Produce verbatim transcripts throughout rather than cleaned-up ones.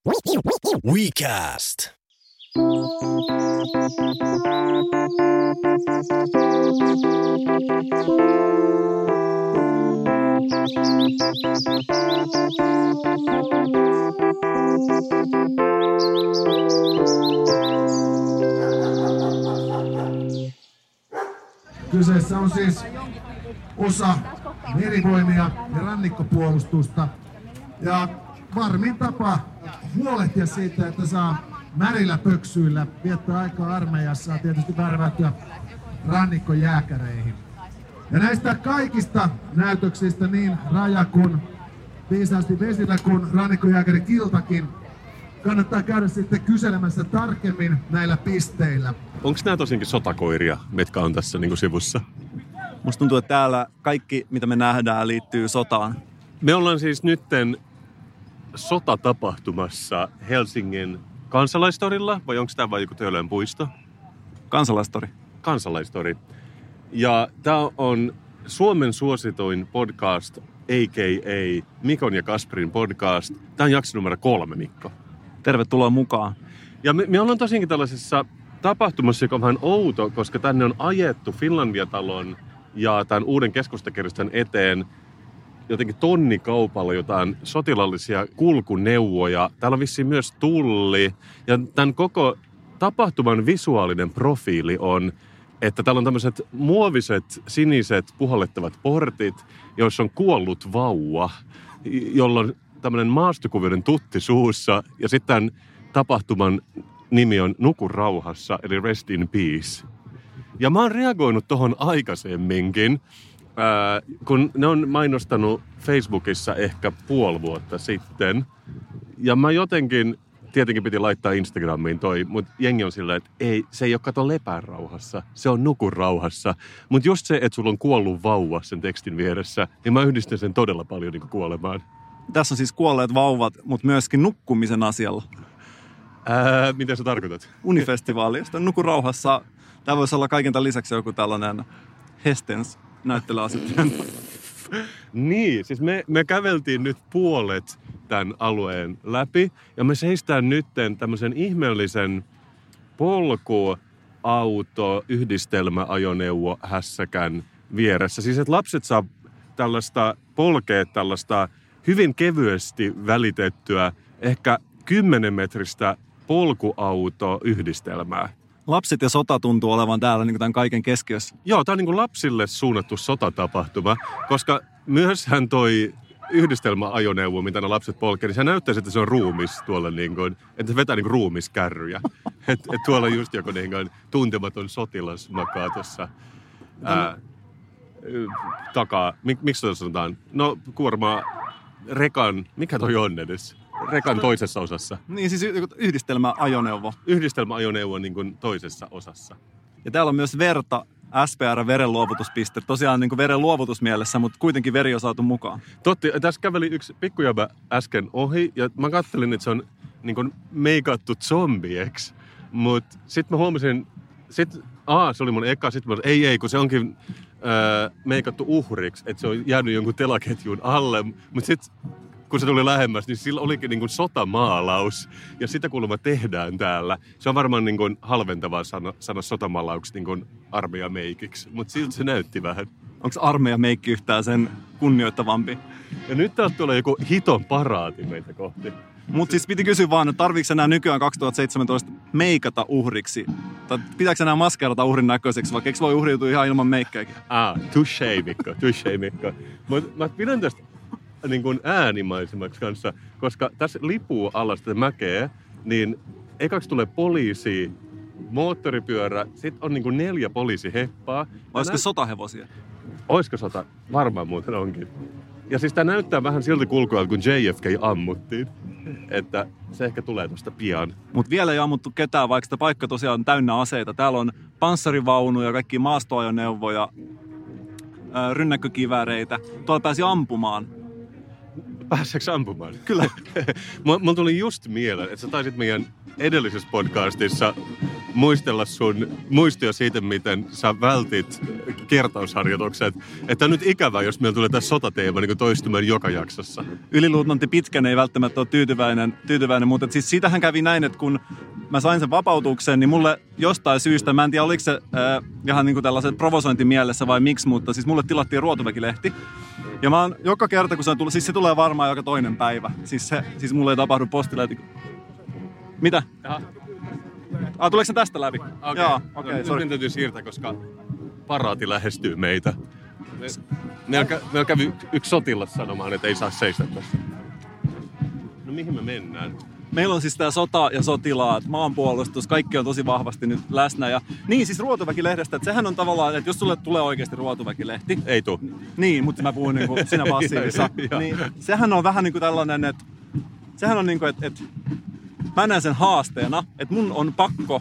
WeCast. Kyseessä on siis osa merivoimia ja rannikkopuolustusta. Ja varmin tapa huolehtia siitä, että saa märillä pöksyillä viettää aikaa armeijassa on tietysti värvättyä rannikkojääkäreihin. Ja näistä kaikista näytöksistä niin Raja kuin viisaasti vesillä kuin rannikkojääkäri Kiltakin kannattaa käydä sitten kyselemässä tarkemmin näillä pisteillä. Onko nämä tosinkin sotakoiria, mitkä on tässä niin kuin sivussa? Musta tuntuu, että täällä kaikki, mitä me nähdään, liittyy sotaan. Me ollaan siis nytten sotatapahtumassa Helsingin Kansalaistorilla, vai onko tämä vain joku Töölön puisto? Kansalaistori. Kansalaistori. Ja tämä on Suomen suosituin podcast, a k a. Mikon ja Kasperin podcast. Tämä on jakso numero kolme, Mikko. Tervetuloa mukaan. Ja me, me ollaan tosinkin tällaisessa tapahtumassa, joka on vähän outo, koska tänne on ajettu Finlandia-talon ja tämän uuden keskustakirjaston eteen jotenkin tonnikaupalla jotain sotilaallisia kulkuneuvoja. Täällä on vissiin myös tulli. Ja tämän koko tapahtuman visuaalinen profiili on, että täällä on tämmöiset muoviset, siniset, puhallettavat portit, joissa on kuollut vauva, jolla on tämmöinen maastokuvioiden tutti suussa. Ja sitten tämän tapahtuman nimi on Nuku rauhassa, eli Rest in Peace. Ja mä oon reagoinut tohon aikaisemminkin, ää, kun ne on mainostanut Facebookissa ehkä puoli vuotta sitten. Ja mä jotenkin, tietenkin piti laittaa Instagramiin toi, mutta jengi on sillä, että ei, se ei ole kato lepää rauhassa, se on nuku rauhassa. Mutta just se, että sulla on kuollut vauva sen tekstin vieressä, niin mä yhdistän sen todella paljon niin kuin kuolemaan. Tässä on siis kuolleet vauvat, mutta myöskin nukkumisen asialla. Ää, mitä sä tarkoitat? Unifestivaali, josta Nuku rauhassa. Tämä voisi olla kaiken tämän lisäksi joku tällainen Hestens näyttelyasetelma. Niin, siis me, me käveltiin nyt puolet tämän alueen läpi ja me seistään nytten tämmöisen ihmeellisen polkuauto yhdistelmäajoneuvo hässäkän vieressä. Siis että lapset saa tällaista polkea tällaista hyvin kevyesti välitettyä ehkä kymmenen metristä polkuauto-yhdistelmää. Lapset ja sota tuntuu olevan täällä niin kuin tämän kaiken keskiössä. Joo, tämä on niin kuin lapsille suunnattu sotatapahtuma, koska myöshän toi yhdistelmäajoneuvo, mitä ne lapset polkee, niin se näyttäisi, että se on ruumis tuolla, niin kuin, että se vetää niin kuin ruumiskärryjä. Että et tuolla just joku niin kuin tuntematon sotilas makaa tuossa ää, takaa. Mik, miksi tuossa sanotaan? No kuormaa rekan, mikä toi on edes? Rekan toisessa osassa. Niin, siis yhdistelmäajoneuvo. Yhdistelmäajoneuvo niin kuin toisessa osassa. Ja täällä on myös verta, S P R-verenluovutuspiste. Tosiaan niin kuin verenluovutusmielessä, mutta kuitenkin veri on saatu mukaan. Totti, tässä käveli yksi pikkujäbä äsken ohi, ja mä kattelin, että se on niin kuin meikattu zombieksi. Mutta sitten mä huomasin, sit, aa, se oli mun eka, sitten mä sanoin, ei, ei, kun se onkin ää, meikattu uhriksi, että se on jäänyt jonkun telaketjun alle. Mutta sitten kun se tuli lähemmäs, niin sillä olikin niin kuin sotamaalaus. Ja sitä kuulemma tehdään täällä. Se on varmaan niin kuin halventavaa sana, sana sotamaalaukset niin kuin armeijameikiksi. Mutta siltä se näytti vähän. Onko armeijameikki yhtään sen kunnioittavampi? Ja nyt taas tulee joku hiton paraati meitä kohti. Mutta siis piti kysyä vaan, että tarviiko enää nykyään kaksituhattaseitsemäntoista meikata uhriksi? Tai pitääkö enää maskerata uhrin näköiseksi, vaikka eikö voi uhriutua ihan ilman meikkejäkin? Ah, touché Mikko, touché Mikko. Mutta mä pidän tästä niin kuin äänimaisemmaksi kanssa, koska tässä lipuu alla sitä mäkeä, niin ekaksi tulee poliisi, moottoripyörä, sitten on niin kuin neljä poliisiheppaa. Olisiko nä- sotahevosia? Olisiko sota? Varmaan muuten onkin. Ja siis tämä näyttää vähän siltä kulkualta, kun J F K ammuttiin. Että se ehkä tulee tuosta pian. Mutta vielä ei ammuttu ketään, vaikka sitä paikka tosiaan on täynnä aseita. Täällä on panssarivaunuja, kaikki maastoajoneuvoja, rynnäkkökivääreitä. Tuolla pääsi ampumaan. Pääseekö ampumaan? Kyllä. Mulla tuli just mieleen, että sä taisit meidän edellisessä podcastissa muistella sun muistia siitä, miten sä vältit kertausharjoitukset. Että on nyt ikävää, jos meillä tulee tässä sotateema niin toistumaan joka jaksossa. Yliluutnantti Pitkän ei välttämättä ole tyytyväinen, tyytyväinen mutta siis siitähän kävi näin, että kun mä sain sen vapautuksen, niin mulle jostain syystä, mä en tiedä oliko se äh, ihan niin kuin tällaisen provosointimielessä vai miksi, mutta siis mulle tilattiin Ruotuväki-lehti. Ja mä oon joka kerta, kun se tulee, siis se tulee varmaan joka toinen päivä. Siis, se, siis mulle ei tapahdu postilehti. Mitä? Jaha. Ah, tuleeko se tästä läpi? Okei, okay. okay, no, nyt täytyy siirtää, koska paraati lähestyy meitä. Me, meillä, kä, meillä kävi yksi sotilas sanomaan, että ei saa seistä tässä. No mihin me mennään? Meillä on siis tää sota ja sotilaat, maanpuolustus, kaikki on tosi vahvasti nyt läsnä. Ja, niin siis Ruotuväki-lehdestä, että sehän on tavallaan, että jos sulle tulee oikeasti Ruotuväki-lehti. Ei tuu. Niin, mutta mä puhun niin kuin sinä passiivissa. Niin, sehän on vähän niin kuin tällainen, että sehän on niin kuin, että, että mä näen sen haasteena, että mun on pakko,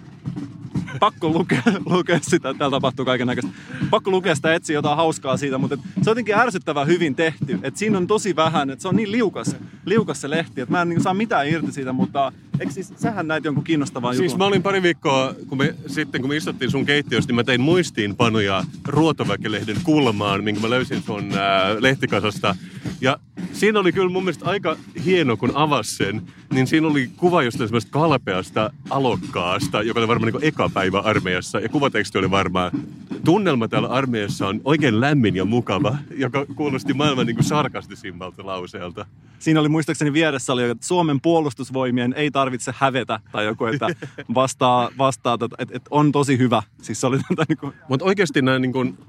pakko lukea, lukea sitä, täällä tapahtuu kaikennäköistä, pakko lukea sitä, etsiä jotain hauskaa siitä, mutta se on jotenkin ärsyttävän hyvin tehty, että siinä on tosi vähän, että se on niin liukas, liukas se lehti, että mä en niin saa mitään irti siitä, mutta eikö siis, sähän näit jonkun kiinnostavaa jutun? Siis mä olin pari viikkoa, kun me, sitten kun me istuttiin sun keittiössä, niin mä tein muistiinpanoja Ruotuväki-lehden kulmaan, minkä mä löysin sun ää, lehtikasasta. Ja siinä oli kyllä mun mielestä aika hieno, kun avasi sen, niin siinä oli kuva jostain semmoista kalpeasta alokkaasta, joka oli varmaan niin eka päivä armeijassa. Ja kuvateksti oli varmaan, tunnelma täällä armeijassa on oikein lämmin ja mukava, joka kuulosti maailman niin kuin sarkastisimmalta lauseelta. Siinä oli muistaakseni vieressä oli, että Suomen puolustusvoimien ei tarvitse hävetä tai joku, että vastaa, vastaa että että, että on tosi hyvä. Siis se oli niin kuin... Mutta oikeasti näin niin kuin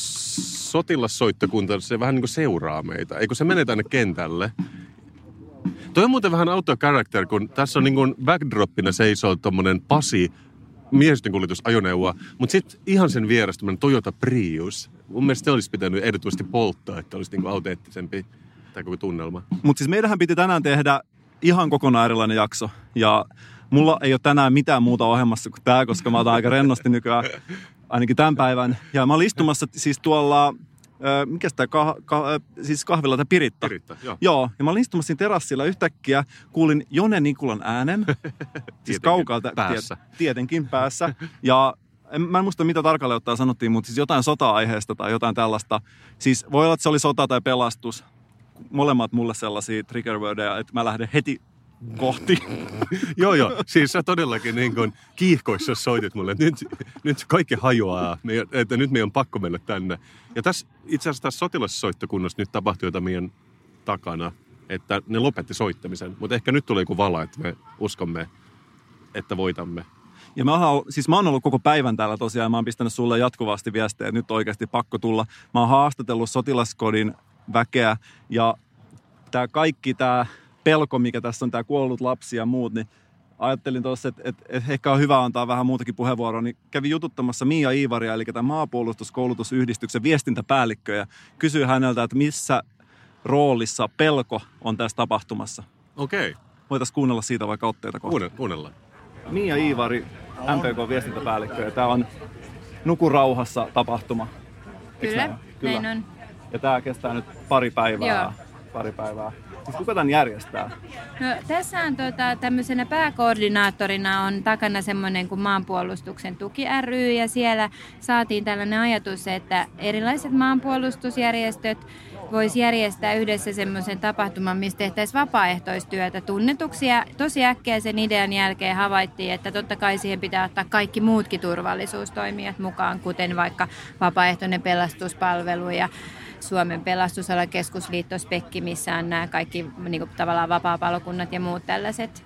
sotilassoittokunta, se vähän niin kuin seuraa meitä. Eikö se mene tänne kentälle? Toi on muuten vähän out of character, kun tässä on niin kuin backdroppina seisoo tommonen Pasi miehistönkuljetusajoneuvoa, mutta sitten ihan sen vieressä tommonen Toyota Prius. Mun mielestä se olisi pitänyt ehdottomasti polttaa, että olisi niin kuin auteettisempi tämä koko tunnelma. Mutta siis meidänhän piti tänään tehdä ihan kokonaan erilainen jakso. Ja mulla ei ole tänään mitään muuta ohjelmassa kuin tämä, koska mä otan aika rennosti nykyään, ainakin tämän päivän. Ja mä olin istumassa siis tuolla, äh, mikä sitä, kah, kah, siis kahvilla tai Piritta. Piritta, joo. Joo, ja mä olin istumassa siinä terassilla yhtäkkiä, kuulin Jone Nikulan äänen. Siis kaukalta. Päässä. Tiet, tietenkin päässä. Ja en, mä en muista mitä tarkalleen ottaen sanottiin, mutta siis jotain sota-aiheesta tai jotain tällaista. Siis voi olla, että se oli sota tai pelastus. Molemmat mulle sellaisia triggerwordeja, että mä lähden heti kohti. Joo, joo. Siis sä todellakin niin kuin kiihkoissa soitit mulle, että nyt, nyt kaikki hajoaa, että nyt meidän on pakko mennä tänne. Ja tässä, itse asiassa tässä sotilassoittokunnassa nyt tapahtui jotain meidän takana, että ne lopetti soittamisen. Mutta ehkä nyt tuli joku vala, että me uskomme, että voitamme. Ja mä oon, siis mä oon ollut koko päivän täällä tosiaan ja mä oon pistänyt sulle jatkuvasti viestejä, että nyt oikeasti pakko tulla. Mä oon haastatellut sotilaskodin väkeä ja tää kaikki tää pelko, mikä tässä on, tää kuollut lapsi ja muut, niin ajattelin tuossa, että, että, että ehkä on hyvä antaa vähän muutakin puheenvuoroa, niin kävin jututtamassa Mia Iivaria, eli tämän maanpuolustuskoulutusyhdistyksen viestintäpäällikköä ja kysyin häneltä, että missä roolissa pelko on tässä tapahtumassa. Okei. Okay. Voitaisiin kuunnella siitä vaikka otteita kohta. Kuunnellaan. Mia Iivari, M P K-viestintäpäällikkö, ja tää on Nuku rauhassa tapahtuma. Kyllä, Kyllä, näin on. Ja tää kestää nyt pari päivää. Joo. Pari päivää. Siis kuka tän järjestää? No, tässä on tota, tämmöisenä pääkoordinaattorina on takana semmoinen kuin Maanpuolustuksen tuki ry, ja siellä saatiin tällainen ajatus, että erilaiset maanpuolustusjärjestöt voisi järjestää yhdessä semmoisen tapahtuman, missä tehtäisiin vapaaehtoistyötä tunnetuksi. Ja tosi äkkiä sen idean jälkeen havaittiin, että totta kai siihen pitää ottaa kaikki muutkin turvallisuustoimijat mukaan, kuten vaikka vapaaehtoinen pelastuspalvelu ja Suomen pelastusalan keskusliitto Spekki, missä on nämä kaikki niin kuin, tavallaan vapaapalokunnat ja muut tällaiset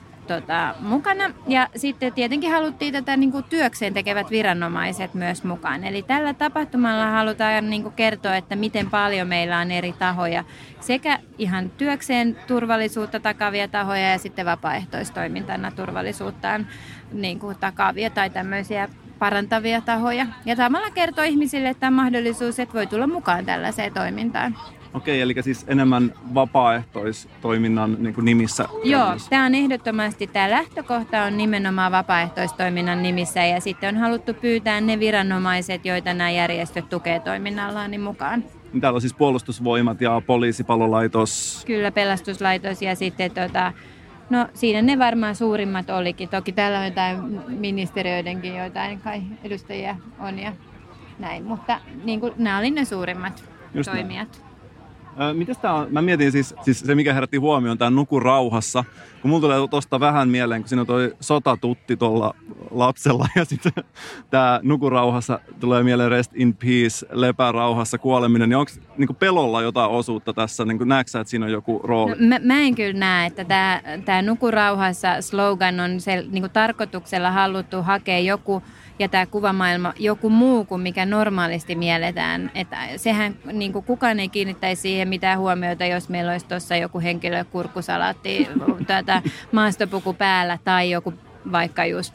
tota, mukana. Ja sitten tietenkin haluttiin tätä niin kuin, työkseen tekevät viranomaiset myös mukaan. Eli tällä tapahtumalla halutaan niin kuin, kertoa, että miten paljon meillä on eri tahoja. Sekä ihan työkseen turvallisuutta takaavia tahoja ja sitten vapaaehtoistoimintana turvallisuuttaan niin kuin, takaavia tai tämmöisiä parantavia tahoja. Ja samalla kertoo ihmisille, että on mahdollisuus, että voi tulla mukaan tällaiseen toimintaan. Okei, eli siis enemmän vapaaehtoistoiminnan niin kuin nimissä. Joo, tämä on ehdottomasti, tämä lähtökohta on nimenomaan vapaaehtoistoiminnan nimissä ja sitten on haluttu pyytää ne viranomaiset, joita nämä järjestöt tukee toiminnallaan, niin mukaan. Täällä on siis puolustusvoimat ja poliisi, palolaitos. Kyllä, pelastuslaitos ja sitten tota, No siinä ne varmaan suurimmat olikin. Toki täällä on jotain ministeriöidenkin joitain kai edustajia on ja näin, mutta niin kuin, nämä oli ne suurimmat Just toimijat. Näin. Mites tää on? Mä mietin siis, siis se, mikä herätti huomioon, tää Nuku rauhassa. Kun mulla tulee tosta vähän mieleen, kun siinä on toi sotatutti tuolla lapsella ja sitten tää Nuku rauhassa tulee mieleen Rest in Peace, lepää rauhassa, kuoleminen. Niin onko niinku pelolla jotain osuutta tässä? Niin näetkö sä, että siinä on joku rooli? No, mä, mä en kyllä näe, että tää, tää Nuku rauhassa slogan on se, niinku tarkoituksella haluttu hakea joku ja tämä kuvamaailma joku muu kuin mikä normaalisti mielletään. Että sehän niin kuin kukaan ei kiinnittäisi siihen mitään huomiota, jos meillä olisi tuossa joku henkilö kurkkusalaatti tätä maastopuku päällä tai joku vaikka just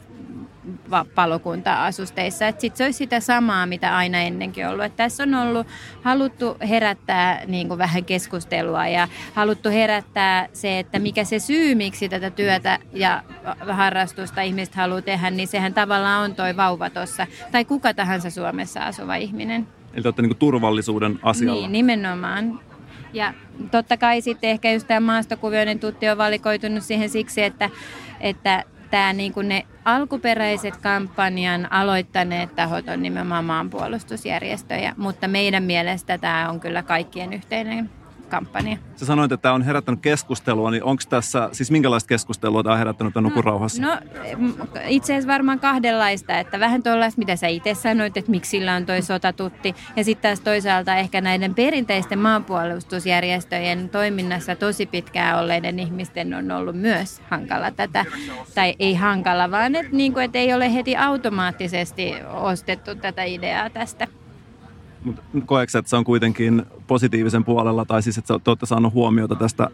palokunta-asusteissa. Sitten se olisi sitä samaa, mitä aina ennenkin ollut. Et tässä on ollut haluttu herättää niin kuin vähän keskustelua ja haluttu herättää se, että mikä se syy, miksi tätä työtä ja harrastusta ihmiset haluaa tehdä, niin sehän tavallaan on toi vauva tuossa. Tai kuka tahansa Suomessa asuva ihminen. Eli te olette niin kuin turvallisuuden asialla. Niin, nimenomaan. Ja totta kai sitten ehkä just tämä maastokuvioiden tutti on valikoitunut siihen siksi, että, että tämä niin kuin ne alkuperäiset kampanjan aloittaneet tahot on nimenomaan maanpuolustusjärjestöjä, mutta meidän mielestä tämä on kyllä kaikkien yhteinen kampanja. Sä sanoit, että tämä on herättänyt keskustelua, niin onko tässä, siis minkälaista keskustelua tämä on herättänyt tämän Nuku rauhassa? No, no itse asiassa varmaan kahdenlaista, että vähän tuollaista, mitä sä itse sanoit, että miksi sillä on toi sotatutti, ja sitten taas toisaalta ehkä näiden perinteisten maanpuolustusjärjestöjen toiminnassa tosi pitkään olleiden ihmisten on ollut myös hankala tätä, tai ei hankala, vaan että niinku, et ei ole heti automaattisesti ostettu tätä ideaa tästä. Mutta koetko, että se on kuitenkin positiivisen puolella, tai siis että te olette saanut huomiota tästä?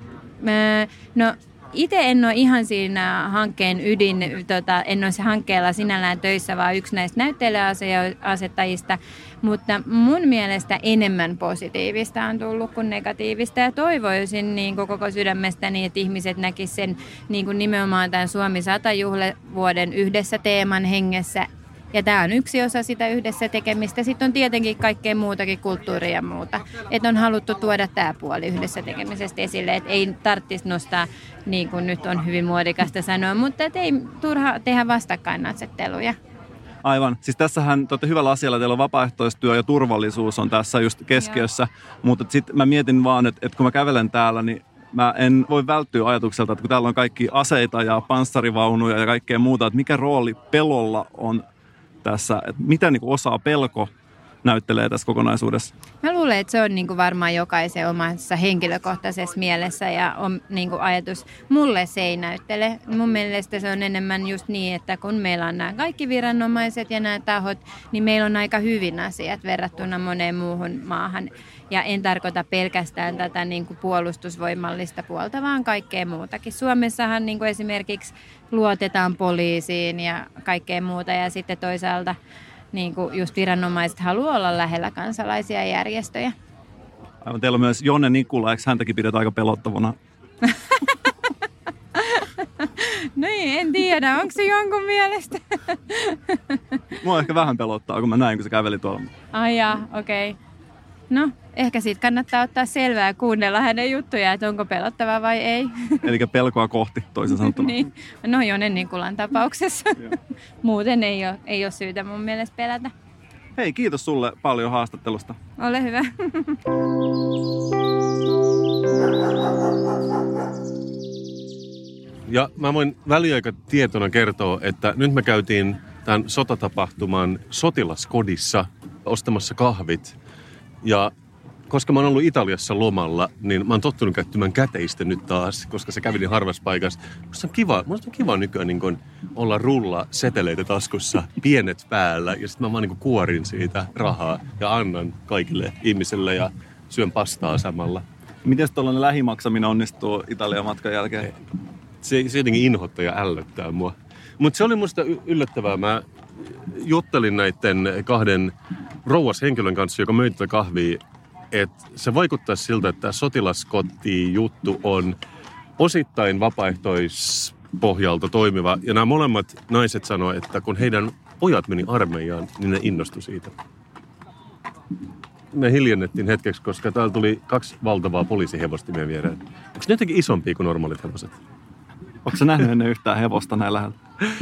No itse en ole ihan siinä hankkeen ydin, tota, en ole se hankkeella sinällään töissä, vaan yksi näistä näyttelijäasettajista, mutta mun mielestä enemmän positiivista on tullut kuin negatiivista, ja toivoisin niin kuin koko sydämestäni, että ihmiset näkisivät sen niin kuin nimenomaan tämän Suomi sata-juhlavuoden yhdessä teeman hengessä. Ja tämä on yksi osa sitä yhdessä tekemistä. Sitten on tietenkin kaikkea muutakin, kulttuuria ja muuta. Että on haluttu tuoda tämä puoli yhdessä tekemisestä esille. Että ei tarvitsisi nostaa, niin kuin nyt on hyvin muodikasta sanoa, mutta et ei turha tehdä vastakkainasetteluja. Aivan. Siis tässähän te olette hyvällä asialla, teillä on vapaaehtoistyö ja turvallisuus on tässä just keskiössä. Joo. Mutta sitten mä mietin vaan, että, että kun mä kävelen täällä, niin mä en voi välttyä ajatukselta, että kun täällä on kaikki aseita ja panssarivaunuja ja kaikkea muuta, että mikä rooli pelolla on tässä, että mitä niin kuin osaa pelko näyttelee tässä kokonaisuudessa? Mä luulen, että se on niin kuin varmaan jokaisen omassa henkilökohtaisessa mielessä ja on niin kuin ajatus. Mulle se ei näyttele. Mun mielestä se on enemmän just niin, että kun meillä on nämä kaikki viranomaiset ja nämä tahot, niin meillä on aika hyvin asiat verrattuna moneen muuhun maahan. Ja en tarkoita pelkästään tätä niin kuin puolustusvoimallista puolta, vaan kaikkea muutakin. Suomessahan niin kuin esimerkiksi luotetaan poliisiin ja kaikkea muuta ja sitten toisaalta niin kuin just viranomaiset haluaa olla lähellä kansalaisia ja järjestöjä. Aivan, teillä on myös Jonne Nikula, eikö häntäkin pidetä aika pelottavana? No ei, en tiedä, onko se jonkun mielestä? Mua ehkä vähän pelottaa, kun mä näin, kun se käveli tuolla. Ai jaa, okei. Okay. No, ehkä siitä kannattaa ottaa selvää ja kuunnella hänen juttuja, että onko pelottavaa vai ei. Eli pelkoa kohti, toisin sanottuna. Niin, no Jonne Nikulan tapauksessa. Muuten ei ole, ei ole syytä mun mielestä pelätä. Hei, kiitos sulle paljon haastattelusta. Ole hyvä. Ja mä voin väliaikatietona kertoa, että nyt me käytiin tämän sotatapahtuman sotilaskodissa ostamassa kahvit. Ja koska mä oon ollut Italiassa lomalla, niin mä oon tottunut käyttämään käteistä nyt taas, koska se kävi niin harvassa paikassa. Musta on kiva, musta on kiva nykyään niin kun olla rulla seteleitä taskussa, pienet päällä, ja sitten mä vaan niin kun kuorin siitä rahaa ja annan kaikille ihmisille ja syön pastaa samalla. Miten tuollainen lähimaksaminen onnistuu Italian matkan jälkeen? Se, se jotenkin inhottaa ja ällöttää mua. Mutta se oli musta yllättävää. Mä juttelin näiden kahden rouvashenkilön kanssa, joka möi tätä kahvia, että se vaikuttaa siltä, että tämä sotilaskoti-juttu on osittain vapaaehtoispohjalta toimiva. Ja nämä molemmat naiset sanoivat, että kun heidän pojat meni armeijaan, niin ne innostui siitä. Me hiljennettiin hetkeksi, koska täällä tuli kaksi valtavaa poliisihevosta meidän viereen. Onko ne jotenkin isompia kuin normaalit hevoset? Oletko sä nähnyt ennen yhtään hevosta näin läheltä?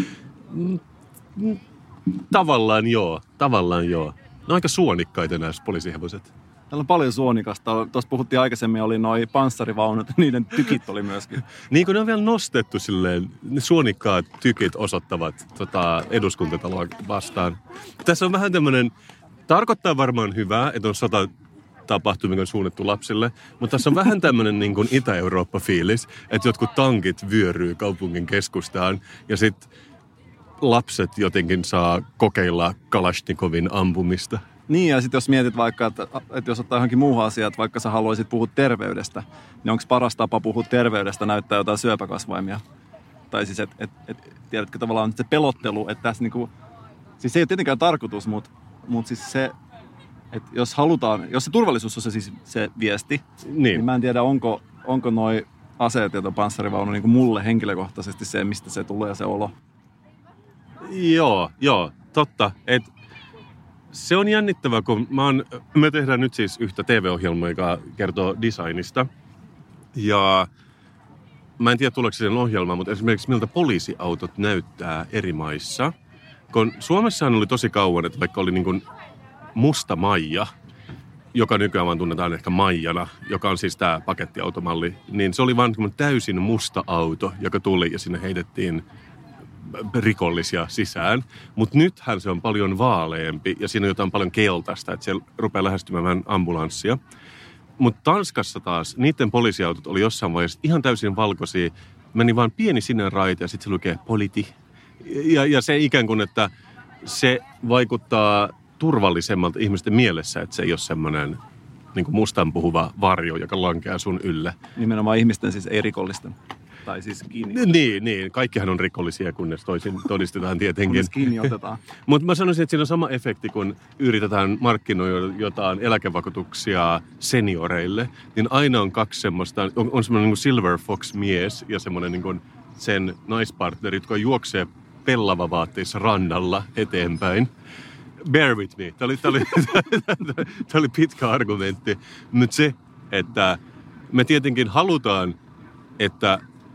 Tavallaan joo, tavallaan joo. Ne on aika suonikkaita nämä poliisihevoset. Täällä on paljon suonikasta. Tuossa puhuttiin aikaisemmin, oli noi panssarivaunut, niiden tykit oli myöskin. Niin kuin ne on vielä nostettu silleen, ne suonikkaat tykit osoittavat tota, eduskuntataloa vastaan. Tässä on vähän tämmöinen, tarkoittaa varmaan hyvää, että on sata tapahtumia, mikä on suunnattu lapsille, mutta tässä on vähän tämmöinen niin kuin Itä-Eurooppa-fiilis, että jotkut tankit vyöryy kaupungin keskustaan ja sitten lapset jotenkin saa kokeilla Kalashnikovin ampumista. Niin, ja sitten jos mietit vaikka, että, että jos ottaa johonkin muuhun asiaan, että vaikka sä haluaisit puhua terveydestä, niin onko paras tapa puhua terveydestä näyttää jotain syöpäkasvaimia? Tai siis, että et, et, tiedätkö tavallaan se pelottelu, että tässä niinku, siis se ei ole tietenkään tarkoitus, mutta mut siis se, että jos halutaan, jos se turvallisuus on se, siis se viesti, niin, niin mä en tiedä, onko, onko noi aseet ja panssarivaunu niin kuin mulle henkilökohtaisesti se, mistä se tulee se olo. Joo, joo, totta. Et se on jännittävää, kun mä oon, me tehdään nyt siis yhtä T V-ohjelmaa, joka kertoo designista. Ja mä en tiedä, tuleeko sen ohjelmaan, mutta esimerkiksi miltä poliisiautot näyttää eri maissa. Kun Suomessahan oli tosi kauan, että vaikka oli niin kuin musta Maija, joka nykyään vaan tunnetaan ehkä Maijana, joka on siis tämä pakettiautomalli, niin se oli vaan täysin musta auto, joka tuli ja sinne heitettiin rikollisia sisään. Mutta nythän se on paljon vaaleampi ja siinä on jotain paljon keltaista, että siellä rupeaa lähestymään vähän ambulanssia. Mutta Tanskassa taas niiden poliisiautot oli jossain vaiheessa ihan täysin valkoisia. Meni vaan pieni sininen raite ja sitten se lukee politi. Ja, ja se ikään kuin, että se vaikuttaa turvallisemmalta ihmisten mielessä, että se ei ole semmoinen niin kuin mustan puhuva varjo, joka lankeaa sun ylle. Nimenomaan ihmisten, siis ei rikollisten. Tai siis kiinni. Niin, niin. Kaikkihan on rikollisia, kunnes toisin todistetaan tietenkin. Kunnes kiinni otetaan. Mutta mä sanoisin, että siinä on sama efekti, kun yritetään markkinoida jotain eläkevakuutuksia senioreille, niin aina on kaksi semmoista, on, on semmoinen niin kuin Silver Fox-mies ja semmoinen niin kuin sen naispartneri, jotka juoksee pellavavaatteissa rannalla eteenpäin. Bear with me. Tämä oli, tämä oli, tämä oli pitkä argumentti. Mutta se, että me tietenkin halutaan, että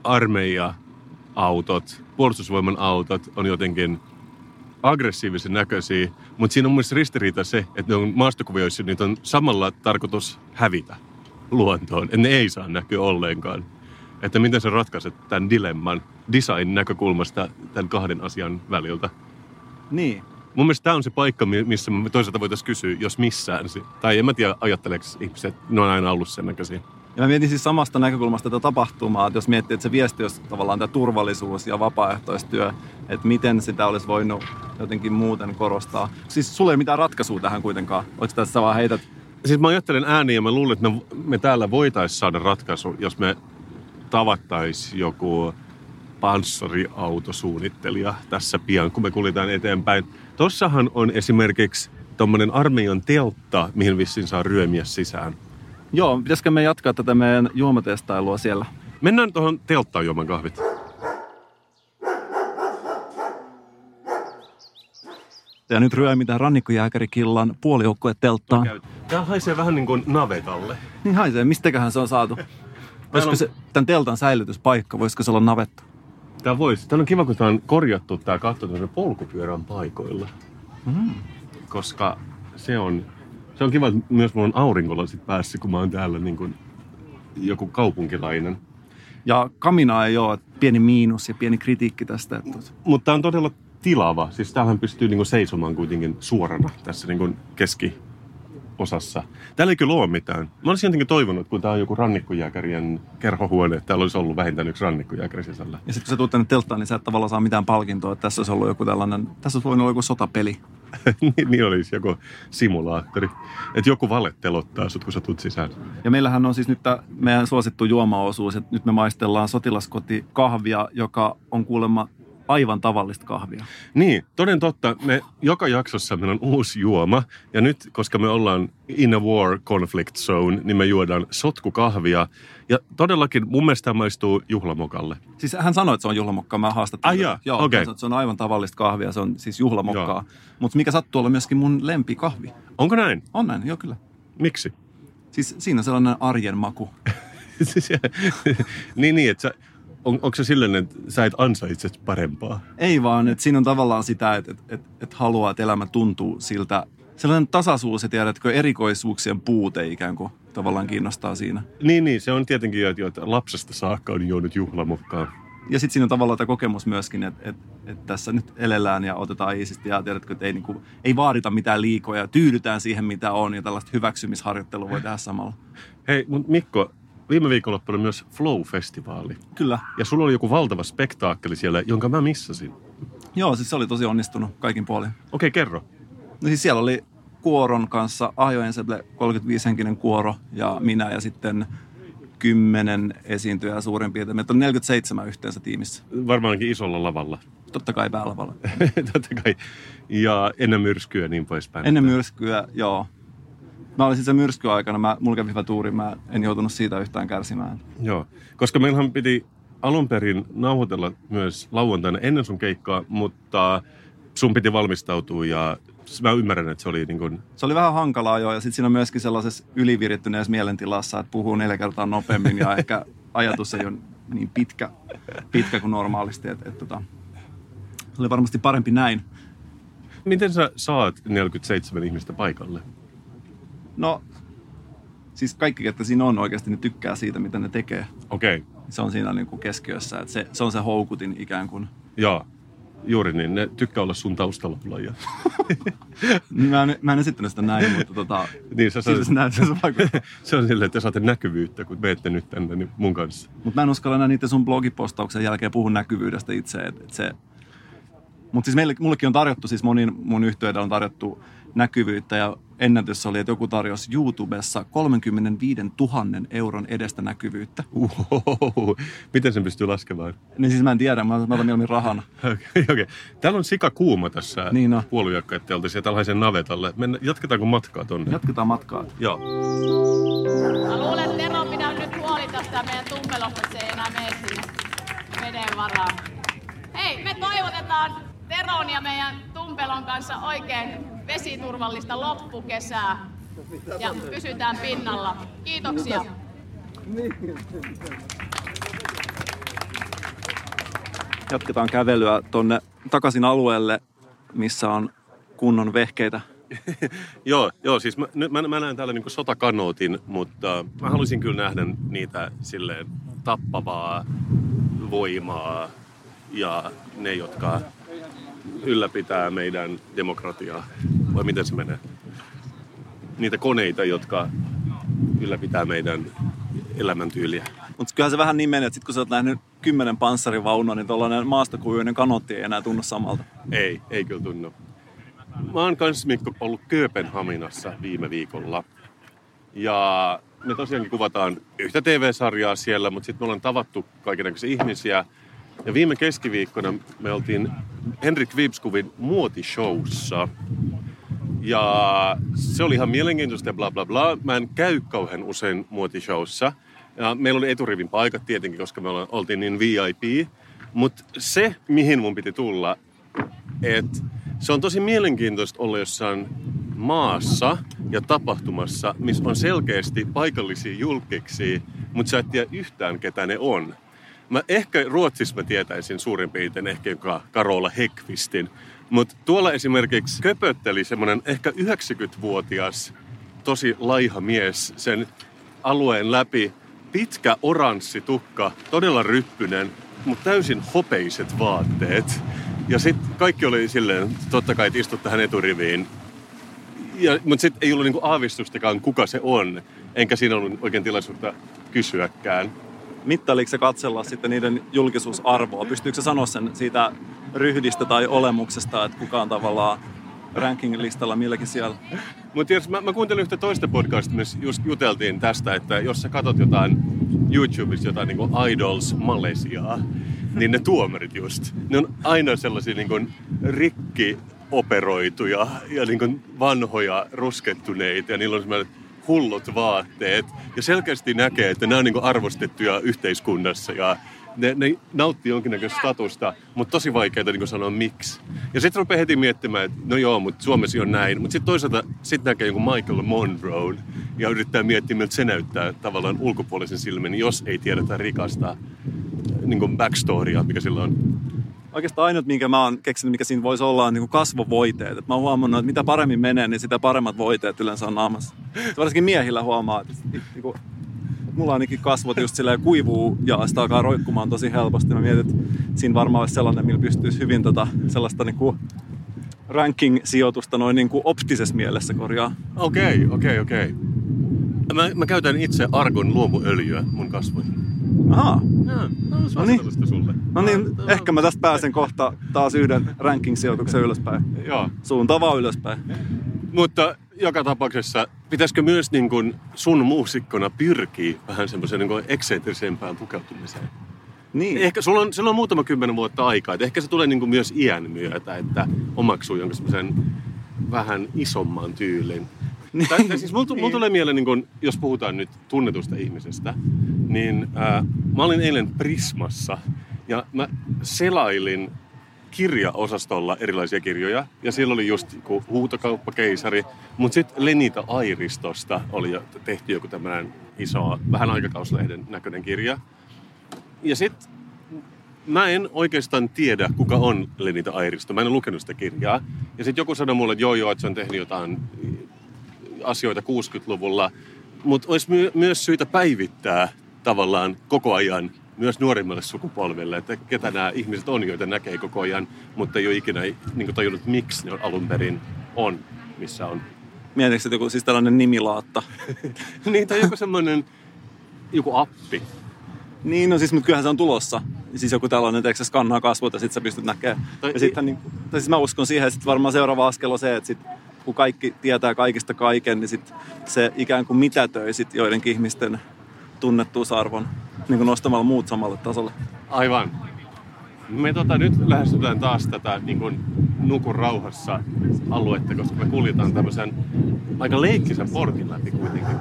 armeija-autot, puolustusvoiman autot on jotenkin aggressiivisen näköisiä, mutta siinä on mun mielestä ristiriita se, että ne on maastokuvioissa, niitä on samalla tarkoitus hävitä luontoon, että ne ei saa näkyä ollenkaan. Että miten sä ratkaiset tämän dilemman design-näkökulmasta tämän kahden asian väliltä. Niin. Mun mielestä tämä on se paikka, missä me toisaalta voitaisiin kysyä, jos missään. Tai en mä tiedä, ajatteleeko ihmiset, että ne on aina ollut sen näköisiä. Ja mä mietin siis samasta näkökulmasta tätä tapahtumaa, että jos miettii, että se viesti olisi tavallaan tämä turvallisuus ja vapaaehtoistyö, että miten sitä olisi voinut jotenkin muuten korostaa. Siis sulla ei mitään ratkaisua tähän kuitenkaan. Oletko tässä vaan heität? Siis mä ajattelen ääniä ja mä luulen, että me, me täällä voitaisiin saada ratkaisu, jos me tavattaisiin joku panssariautosuunnittelija tässä pian, kun me kuljetaan eteenpäin. Tossahan on esimerkiksi tommonen armeijan teltta, mihin vissiin saa ryömiä sisään. Joo, pitäisikö me jatkaa tätä meidän juomatestailua siellä? Mennään tuohon telttaan juomaan kahvit. Ja nyt ryömitään rannikkojääkärikillan puolijoukkuetelttaan. Tää haisee vähän niin kuin navetalle. Niin haisee. Mistäköhän se on saatu? Voisiko on... se, tämän teltan säilytyspaikka, voisiko se olla navetta? Tää voisi. Tää on kiva, kun tää on korjattu tää katto tuonne polkupyörän paikoilla. Mm. Koska se on... Se on kiva, että myös mulla on aurinkolasit päässä, kun mä oon täällä niin kuin joku kaupunkilainen. Ja kaminaa ei ole, pieni miinus ja pieni kritiikki tästä. Mutta tää on todella tilava. Siis täällähän pystyy niin kuin seisomaan kuitenkin suorana tässä niin kuin keskiosassa. Täällä ei kyllä ole mitään. Mä olisin jotenkin toivonut, kun tää on joku rannikkojääkärien kerhohuone, että täällä olisi ollut vähintään yksi rannikkojääkäri sisällä. Ja sitten kun sä tuut tänne telttaan, niin sä et tavallaan saa mitään palkintoa. Että tässä olisi ollut joku tällainen, tässä olisi voinut olla joku sotapeli. niin, niin olisi joku simulaattori. Että joku valettelottaa sut, kun sä tulet sisään. Ja meillähän on siis nyt tämä meidän suosittu juomaosuus, että nyt me maistellaan sotilaskotikahvia, joka on kuulemma aivan tavallista kahvia. Niin, toden totta. Me joka jaksossa meillä on uusi juoma. Ja nyt, koska me ollaan in a war conflict zone, niin me juodaan sotkukahvia. Ja todellakin mun mielestä tämä maistuu juhlamokalle. Siis hän sanoi, että se on juhlamokkaa. Mä haastattelin. Ai jaa, joo, okei. Okay. Se on aivan tavallista kahvia. Se on siis juhlamokkaa. Mutta mikä sattuu olla myöskin mun lempikahvi. Onko näin? On näin, joo kyllä. Miksi? Siis siinä on sellainen arjen maku. niin, niin, että sä... on, onko se silleen, että sä et ansaitse parempaa? Ei vaan, että siinä on tavallaan sitä, että, että, että, että haluaa, että elämä tuntuu siltä. Sellainen tasaisuus ja tiedätkö, erikoisuuksien puute ikään kuin tavallaan kiinnostaa siinä. Niin, niin se on tietenkin jo, että lapsesta saakka on juonut juhlamukaan. Ja sitten siinä on tavallaan tämä kokemus myöskin, että, että, että tässä nyt elellään ja otetaan iisisti ja tiedätkö, että ei, niin kuin, ei vaadita mitään liikoja ja tyydytään siihen, mitä on ja tällaista hyväksymisharjoittelua voi tehdä samalla. Hei, mutta Mikko, viime viikonloppuna myös Flow-festivaali. Kyllä. Ja sulla oli joku valtava spektaakkeli siellä, jonka mä missasin. Joo, siis se oli tosi onnistunut kaikin puolin. Okei, kerro. No siis siellä oli kuoron kanssa Ahjo Ensemble, kolmekymmentäviisi-henkinen kuoro ja minä ja sitten kymmenen esiintyjää suurin piirtein. Meitä on neljäkymmentäseitsemän yhteensä tiimissä. Varmaankin isolla lavalla. Totta kai päälavalla. Totta kai. Ja ennen myrskyä ja niin poispäin. Ennen myrskyä, joo. Mä olin siis sen myrskyn aikana, mä, mulla kävi hyvä tuuri, mä en joutunut siitä yhtään kärsimään. Joo, koska meillähän piti alun perin nauhoitella myös lauantaina ennen sun keikkaa, mutta sun piti valmistautua ja mä ymmärrän, että se oli niin kuin... Se oli vähän hankalaa jo ja sitten siinä on myöskin sellaisessa ylivirittyneessä mielentilassa, että puhuu neljä kertaa nopeammin ja ehkä ajatus ei ole niin pitkä, pitkä kuin normaalisti. Et, et, tota, se oli varmasti parempi näin. Miten sä saat neljäkymmentäseitsemän ihmistä paikalle? No, siis kaikki, ketkä siinä on oikeasti, ne tykkää siitä, mitä ne tekee. Okei. Okay. Se on siinä niin kuin keskiössä, että se, se on se houkutin ikään kuin. Joo, juuri niin. Ne tykkää olla sun taustalaulajia. mä, en, mä en esittänyt sitä näin, mutta tota, niin, sä siltä se näyttää, se vaikuttaa. Se on silleen, että te saatte näkyvyyttä, kun meette nyt tänne niin mun kanssa. Mutta mä en uskalla enää niiden sun blogipostauksen jälkeen puhua näkyvyydestä itse. Et, et se... Mutta siis meille, mullekin on tarjottu, siis monin mun yhteydellä on tarjottu näkyvyyttä ja ennätys oli, että joku tarjosi YouTubessa kolmekymmentäviisituhatta euron edestä näkyvyyttä. Uhoho. Miten sen pystyy laskemaan? Niin siis mä en tiedä, mä otan mieluummin rahana. Okei, okay, okei. Okay. Täällä on sika kuuma tässä niin no. puolujakka, että oltaisiin tällaisen navetalle. Mennä, jatketaanko matkaa tonne? Jatketaan matkaa. Joo. Mä luulen, että Tero pitää nyt huoli tästä meidän tumpelosta, että se ei enää mene sinne veden varaan. Hei, me toivotetaan Teron ja meidän Tumpelon kanssa oikein vesiturvallista loppukesää ja pysytään pinnalla. Kiitoksia. Jatketaan kävelyä tonne takaisin alueelle, missä on kunnon vehkeitä. joo, joo, siis mä, mä, mä näen täällä niinku sotakanootin, mutta mä haluaisin kyllä nähdä niitä silleen tappavaa voimaa ja ne, jotka ylläpitää meidän demokratiaa. Vai miten se menee? Niitä koneita, jotka ylläpitää meidän elämäntyyliä. Mutta kyllähän se vähän niin menee, että sit kun sä oot nähnyt kymmenen panssarivaunua, niin tuollainen maastokujuinen kanootti ei enää tunnu samalta. Ei, ei kyllä tunnu. Mä oon kans, Mikko, ollut Kööpenhaminassa viime viikolla. Ja me tosiaankin kuvataan yhtä T V-sarjaa siellä, mutta sitten me ollaan tavattu kaikenlaisia ihmisiä. Ja viime keskiviikkona me oltiin Henrik Vibskuvin muotishowssa. Ja se oli ihan mielenkiintoista ja bla bla bla. Mä en käy kauhean usein muotishowssa. Ja meillä oli eturivin paikat tietenkin, koska me oltiin niin V I P. Mutta se, mihin mun piti tulla, että se on tosi mielenkiintoista olla jossain maassa ja tapahtumassa, missä on selkeästi paikallisia julkkiksia, mutta sä et tiedä yhtään, ketä ne on. Mä ehkä Ruotsissa mä tietäisin suurin piirtein ehkä joka Carola Häggkvistin, mutta tuolla esimerkiksi köpötteli semmoinen ehkä yhdeksänkymmentävuotias tosi laiha mies sen alueen läpi. Pitkä oranssi tukka, todella ryppynen, mutta täysin hopeiset vaatteet. Ja sitten kaikki oli silleen, totta kai, että istut tähän eturiviin. Ja, mutta sitten ei ollut niinku aavistustakaan, kuka se on. Enkä siinä ollut oikein tilaisuutta kysyäkään. Mittailiko se katsella sitten niiden julkisuusarvoa? Pystyykö se sanoa sen siitä ryhdistä tai olemuksesta, että kuka on tavallaan ranking-listalla milläkin siellä? Mutta mä, mä kuuntelin yhtä toista podcastia, missä just juteltiin tästä, että jos sä katot jotain YouTubesta, jotain niinku Idols Malesiaa, niin ne tuomarit just, ne on aina sellaisia niinku rikkioperoituja ja niinku vanhoja ruskettuneita ja niillä on semmoinen hullut vaatteet. Ja selkeästi näkee, että nämä on niinku arvostettuja yhteiskunnassa ja ne, ne nauttii jonkinnäköistä statusta, mutta tosi vaikeaa niinku sanoa miksi. Ja sitten rupeaa heti miettimään, että no joo, mutta Suomessa on näin. Mutta sitten toisaalta sit näkee joku Michael Monroe ja yrittää miettiä, miltä se näyttää tavallaan ulkopuolisen silmin, jos ei tiedetä rikasta niin kuin backstorya, mikä sillä on? Oikeastaan ainut, minkä mä oon keksinyt, mikä siinä voisi olla, on niin kuin kasvovoiteet. Et mä oon huomannut, että mitä paremmin menee, niin sitä paremmat voiteet yleensä on naamassa. Se varsinkin miehillä huomaa, että, niin kuin, että mulla ainakin kasvot just silleen kuivuu ja sitä alkaa roikkumaan tosi helposti. Mä mietin, että siinä varmaan olisi sellainen, millä pystyisi hyvin tota, sellaista niin kuin ranking-sijoitusta noin niin kuin optisessa mielessä korjaa. Okei, okay, okei, okay, okei. Okay. Mä, mä käytän itse Argon luomuöljyä mun kasvoihin. Ahaa. Jaa, no, no niin. sulle. No niin, no, ehkä mä tästä pääsen kohta taas yhden ranking-sijoituksen ylöspäin. Joo. Suuntaan vaan ylöspäin. Mutta joka tapauksessa, pitäisikö myös niin kun sun muusikkona pyrkiä vähän semmoisen niin eksentrisempään pukeutumiseen? Niin. Ehkä sulla on, sulla on muutama kymmenen vuotta aikaa, että ehkä se tulee niin kuin myös iän myötä, että omaksuu jonkin semmoisen vähän isomman tyylin. Niin. Tai, tai siis mulla, mulla tulee mieleen, niin kun, jos puhutaan nyt tunnetusta ihmisestä, niin ää, mä olin eilen Prismassa ja mä selailin kirjaosastolla erilaisia kirjoja. Ja siellä oli just Huutokauppakeisari, mutta sitten Lenita Airistosta oli jo tehty joku tämmöinen iso, vähän aikakauslehden näköinen kirja. Ja sitten mä en oikeastaan tiedä, kuka on Lenita Airisto. Mä en ole lukenut sitä kirjaa. Ja sitten joku sanoi mulle, että joo joo, että se on tehnyt jotain asioita kuusikymmentäluvulla. Mutta olisi my- myös syytä päivittää tavallaan koko ajan myös nuorimmalle sukupolvelle, että ketä nämä ihmiset on, joita näkee koko ajan, mutta ei ole ikinä niin tajunnut, miksi ne alun perin on, missä on. Mietitkö, että joku siis tällainen nimilaatta? Niin, tai joku semmoinen, joku appi. Niin, no siis, mutta kyllähän se on tulossa. Siis joku tällainen, että se skannaa kasvot ja sit sä pystyt näkemään. Tai, ja sittenhän, niin, tai siis mä uskon siihen, että sit varmaan seuraava askel on se, että sit, kun kaikki tietää kaikista kaiken, niin sit se ikään kuin mitätöi sit joidenkin ihmisten tunnettuusarvon niin kuin nostamalla muut samalle tasolle. Aivan. Me tota, nyt lähestytään taas tätä niin kuin nuku rauhassa aluetta, koska me kuljetaan tämmöisen aika leikkisen portin läpi kuitenkin.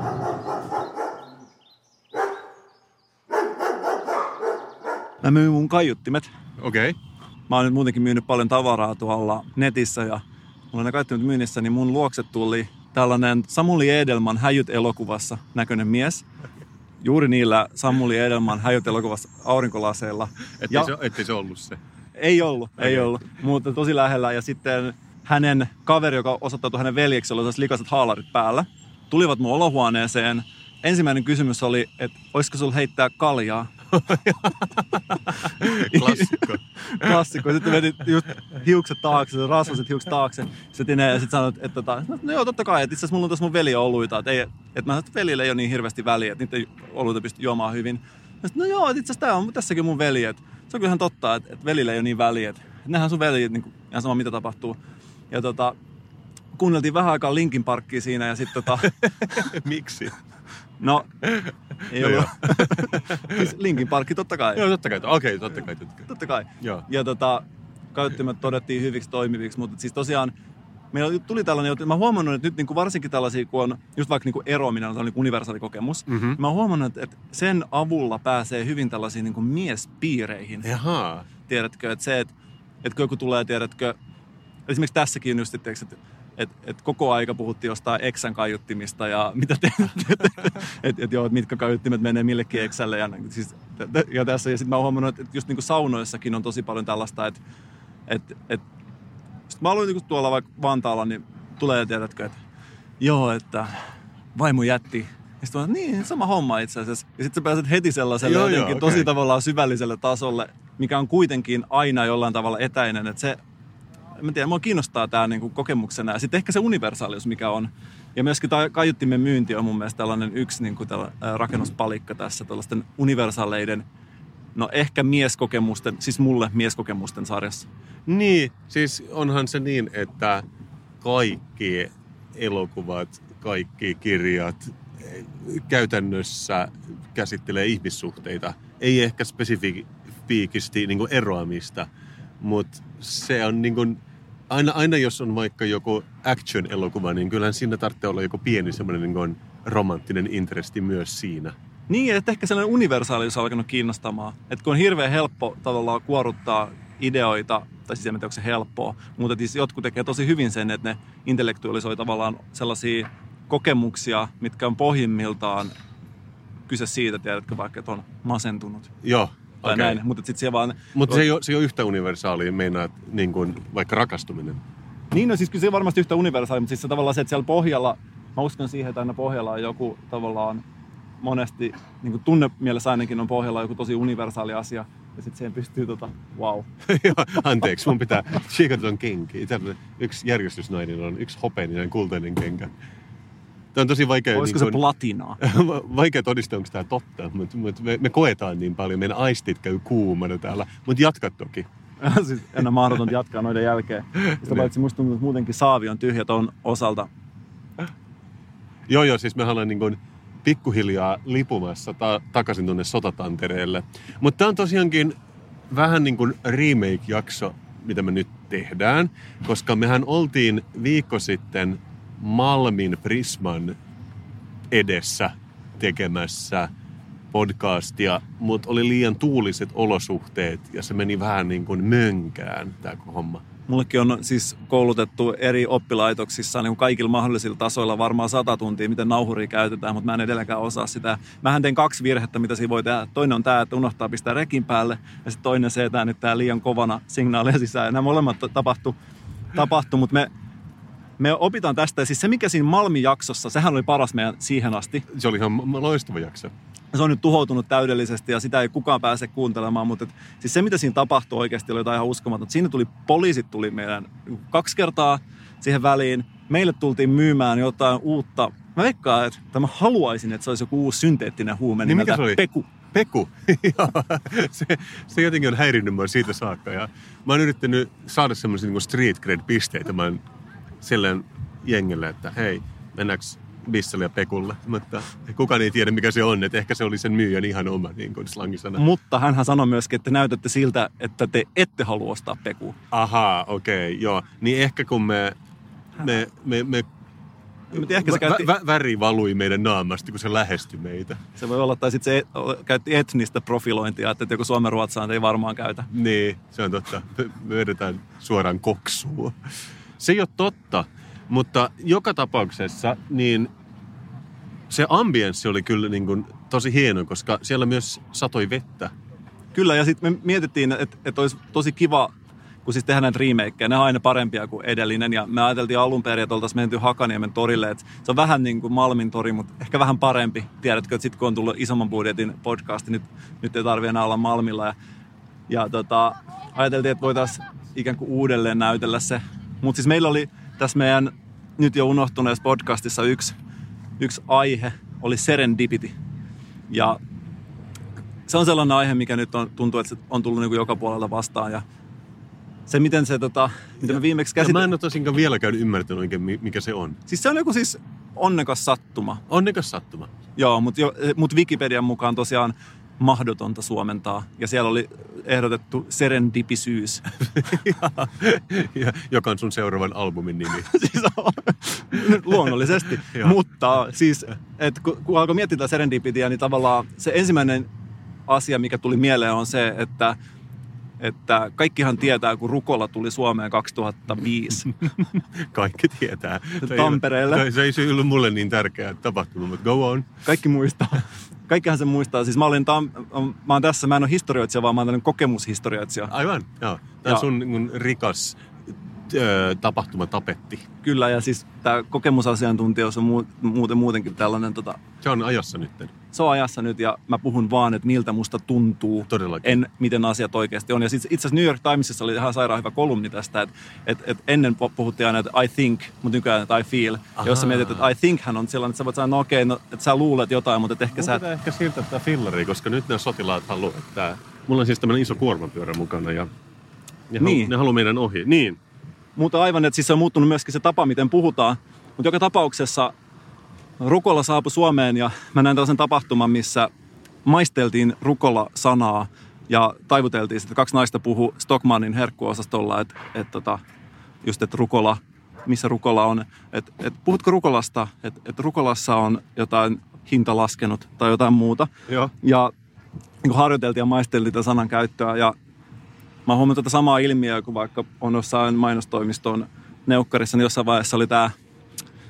Mä myyn mun kaiuttimet. Okei. Okay. Mä oon nyt muutenkin myynyt paljon tavaraa tuolla netissä ja mulla on ne kaiuttimet myynnissä, niin mun luokse tuli tällainen Samuli Edelman Häjyt-elokuvassa näköinen mies. Juuri niillä Samuli Edelman Häjyt-elokuvassa aurinkolaseilla. Ettei, ja se, ettei se ollut se. Ei ollut, okay. ei ollut, mutta tosi lähellä. Ja sitten hänen kaveri, joka osoittautui hänen veljeksi, oli likaiset haalarit päällä, tulivat mun olohuoneeseen. Ensimmäinen kysymys oli, että olisiko sulla heittää kaljaa? Klassikko. Klassikko. Sitten vedit just hiukset taakse, rasvaset hiukset taakse. Sitten ja sitten sanoit, että, että no joo, totta kai, että itse asiassa mulla on tässä mun veli oluita. Että, ei, että mä sanoin, että velille ei ole niin hirveästi väliä, että niitä oluita pystyy juomaan hyvin. Sitten, no joo, että itse asiassa tää on tässäkin mun veli. Että se on kyllähän totta, että, että velille ei ole niin väliä. Että, että nehän sun veli, niin kuin, ihan sama mitä tapahtuu. Ja tota, kuunneltiin vähän aikaa Linkin Parkia siinä ja sitten tota... Miksi? No, ei no ollut. Siis Linkin Parkki totta kai. Joo, totta kai. Okei, okay, totta kai. Totta kai. Totta kai. Joo. Ja tota, kaiuttimet todettiin hyviksi toimiviksi, mutta siis tosiaan meillä tuli tällainen, että mä oon huomannut, että nyt niin kuin varsinkin tällaisia, kun on just vaikka niin kuin eroaminen, on tällainen universaali kokemus, mm-hmm. mä oon huomannut, että sen avulla pääsee hyvin tällaisiin niin kuin miespiireihin. Jaha. Tiedätkö, että se, että, että kun joku tulee, tiedätkö, esimerkiksi tässäkin just, että Että et koko aika puhuttiin jostain eksän kaiuttimista ja mitä te, että et, et joo, et mitkä kaiuttimet menee millekin eksälle. Ja, siis, ja tässä, ja sitten mä oon huomannut, että just niinku saunoissakin on tosi paljon tällaista, että et, et, sit mä aloin niinku tuolla vaikka Vantaalla, niin tulee, tiedätkö, että joo, että vaimo jätti. Ja sitten niin, sama homma itse asiassa. Ja sitten sä pääset heti sellaiselle joo, jotenkin joo, okay. tosi tavallaan syvälliselle tasolle, mikä on kuitenkin aina jollain tavalla etäinen, että se mä tiedän, mua kiinnostaa tää niinku kokemuksena. Ja sitten ehkä se universaalius, mikä on. Ja myöskin tämä kaiuttimen myynti on mun mielestä tällainen yksi niinku tällainen rakennuspalikka tässä tällaisten universaaleiden, no ehkä mieskokemusten, siis mulle mieskokemusten sarjassa. Niin, siis onhan se niin, että kaikki elokuvat, kaikki kirjat käytännössä käsittelee ihmissuhteita. Ei ehkä spesifiikisti niinku eroamista, mutta se on niin kuin, aina, aina jos on vaikka joku action-elokuva, niin kyllähän siinä tarvitsee olla joku pieni semmoinen niin kuin romanttinen interesti myös siinä. Niin, että ehkä sellainen universaalius on alkanut kiinnostamaan. Että kun on hirveän helppo tavallaan kuoruttaa ideoita, tai siis en tiedä, onko se helppoa, mutta siis jotkut tekee tosi hyvin sen, että ne intellektualisoi tavallaan sellaisia kokemuksia, mitkä on pohjimmiltaan kyse siitä, tiedätkö vaikka, että on masentunut. Joo. tai Okei. näin. Mutta sitten se vaan... Mutta se ei ole, se ei ole yhtä universaalia, meinaat niin kuin vaikka rakastuminen. Niin, no siis kyllä se on varmasti yhtä universaali, mutta siis se tavallaan se, että siellä pohjalla, mä uskon siihen, että aina pohjalla on joku tavallaan monesti, niin kuin tunnemielessä ainakin on pohjalla joku tosi universaali asia, ja sitten siihen pystyy tota, wow. Anteeksi, mun pitää tsiikata ton kenki. Yksi järjestysnainen on yksi hopeinen kultainen kenkä. Tämä on tosi vaikea... Olisiko niin se kun, platinaa? vaikea todistaa, onko tämä totta, mutta mut me, me koetaan niin paljon, meidän aistit käy kuumana täällä, mutta jatka toki. Siis enää mahdotonta jatkaa noiden jälkeen. Sitä paitsi musta tuntuu, että muutenkin saavi on tyhjä ton osalta. Joo, joo, siis me ollaan niin kuin pikkuhiljaa lipumassa ta- takaisin tuonne Sotatantereelle. Mutta tämä on tosiaankin vähän niin kuin remake-jakso, mitä me nyt tehdään, koska mehän oltiin viikko sitten Malmin Prisman edessä tekemässä podcastia, mutta oli liian tuuliset olosuhteet ja se meni vähän niin kuin mönkään tämä homma. Mullekin on siis koulutettu eri oppilaitoksissa niin kuin kaikilla mahdollisilla tasoilla varmaan sata tuntia, miten nauhuria käytetään, mutta mä en edelleenkään osaa sitä. Mähän tein kaksi virhettä, mitä siinä voi tehdä. Toinen on tämä, että unohtaa pistää rekin päälle, ja sitten toinen se, että äänittää liian kovana signaaleja sisään. Ja nämä molemmat tapahtu, tapahtu, mutta me, me opitaan tästä. Ja siis se, mikä siinä Malmin jaksossa, sehän oli paras meidän siihen asti. Se oli ihan loistava jakso. Se on nyt tuhoutunut täydellisesti ja sitä ei kukaan pääse kuuntelemaan, mutta et, siis se mitä siinä tapahtui oikeasti oli jotain ihan uskomatonta. Siinä tuli, poliisit tuli meidän kaksi kertaa siihen väliin. Meille tultiin myymään jotain uutta. Mä veikkaan, että mä haluaisin, että se olisi joku uusi synteettinen huume niin nimeltä mikä se oli? Peku. Peku. se, se jotenkin on häirinnyt mua siitä saakka. Ja mä oon yrittänyt saada semmoisia niin street cred-pisteitä. Mä oon silleen jengelle, että hei, mennäänkö Bisselle ja Pekulle, mutta kukaan ei tiedä mikä se on, että ehkä se oli sen myyjän ihan oma niin kuin slangisana. Mutta hänhän sanoi myöskin, että näytätte siltä, että te ette halua ostaa Pekua. Ahaa, okei, okay, joo. Niin ehkä kun me, me, me, me ehkä se käytti... vä, vä, väri valui meidän naamasta, kun se lähestyi meitä. Se voi olla, tai sitten se et, käytti etnistä profilointia, että joku Suomen ruotsaan ei varmaan käytä. Niin, se on totta. Me vedetään suoraan koksua. Se ei ole totta. Mutta joka tapauksessa niin se ambienssi oli kyllä niin kuin tosi hieno, koska siellä myös satoi vettä. Kyllä, ja sitten me mietittiin, että, että olisi tosi kiva, kun siis tehdään näitä remakeja. Ne on aina parempia kuin edellinen. Ja me ajateltiin alun perin, että oltaisiin menty Hakaniemen torille. Että se on vähän niin kuin Malmin tori, mutta ehkä vähän parempi. Tiedätkö, että sitten kun on tullut isomman budjetin podcast, niin nyt, nyt ei tarvitse enää olla Malmilla. Ja, ja tota, ajateltiin, että voitaisiin ikään kuin uudelleen näytellä se. Mutta siis meillä oli tässä meidän nyt jo unohtuneessa podcastissa yksi, yksi aihe, oli serendipity. Ja se on sellainen aihe, mikä nyt on, tuntuu, että se on tullut niin kuin joka puolelta vastaan. Ja se, miten se, tota, mitä me viimeksi käsitellään... Mä en ole tosinkaan vieläkään ymmärtänyt oikein, mikä se on. Siis se on joku siis onnekas sattuma. Onnekas sattuma. Joo, mutta mut Wikipedian mukaan tosiaan mahdotonta suomentaa. Ja siellä oli ehdotettu serendipisyys. ja, ja, joka on sun seuraavan albumin nimi. siis on, luonnollisesti. Mutta siis, että kun, kun alkoi miettiä tätä serendipityä, niin tavallaan se ensimmäinen asia, mikä tuli mieleen on se, että että kaikkihan tietää, kun Rukola tuli Suomeen kaksituhattaviisi. Kaikki tietää. Tampereelle. Se ei, se ei ollut mulle niin tärkeä tapahtuma, mutta go on. Kaikki muistaa. Kaikkihan se muistaa. Siis mä, olin tam- mä oon tässä, mä en ole historioitsija, vaan mä oon tämmöinen kokemushistorioitsija. Aivan, joo. Tämä on sun niin rikas ö, tapahtumatapetti. Kyllä, ja siis tämä kokemusasiantuntijuus on muuten muutenkin tällainen... Tota, se on ajassa nyt. Se on ajassa nyt, ja mä puhun vaan, että miltä musta tuntuu. Todellakin. En miten asiat oikeasti on. Ja itse asiassa New York Timesissa oli ihan sairaan hyvä kolumni tästä, että, että, että ennen puhuttiin aina, että I think, mutta nykyään, että I feel. Aha. Jos sä mietit, että I think hän on sellainen, että sä voit sanoa, no okei, no, että sä luulet jotain, mutta että ehkä Mun sä... pitää ehkä siirtää tää fillari, koska nyt nämä sotilaat haluaa, että... Mulla on siis tämmöinen iso kuormapyörä mukana, ja ne, niin. halu, ne haluaa meidän ohi. Niin. Mutta aivan, että siis se on muuttunut myöskin se tapa, miten puhutaan. Mutta joka tapauksessa Rukola saapui Suomeen ja mä näin tällaisen tapahtuman, missä maisteltiin Rukola-sanaa ja taivuteltiin sitten. Kaksi naista puhui Stockmannin herkkuosastolla, että et, tota, just että Rukola, missä Rukola on. Että et, puhutko Rukolasta, että et Rukolassa on jotain hinta laskenut tai jotain muuta. Joo. Ja niin harjoiteltiin ja maisteltiin tätä sanan käyttöä ja mä oon huomannut tätä samaa ilmiöä, kun vaikka on jossain mainostoimiston neukkarissa, niin jossain vaiheessa oli tää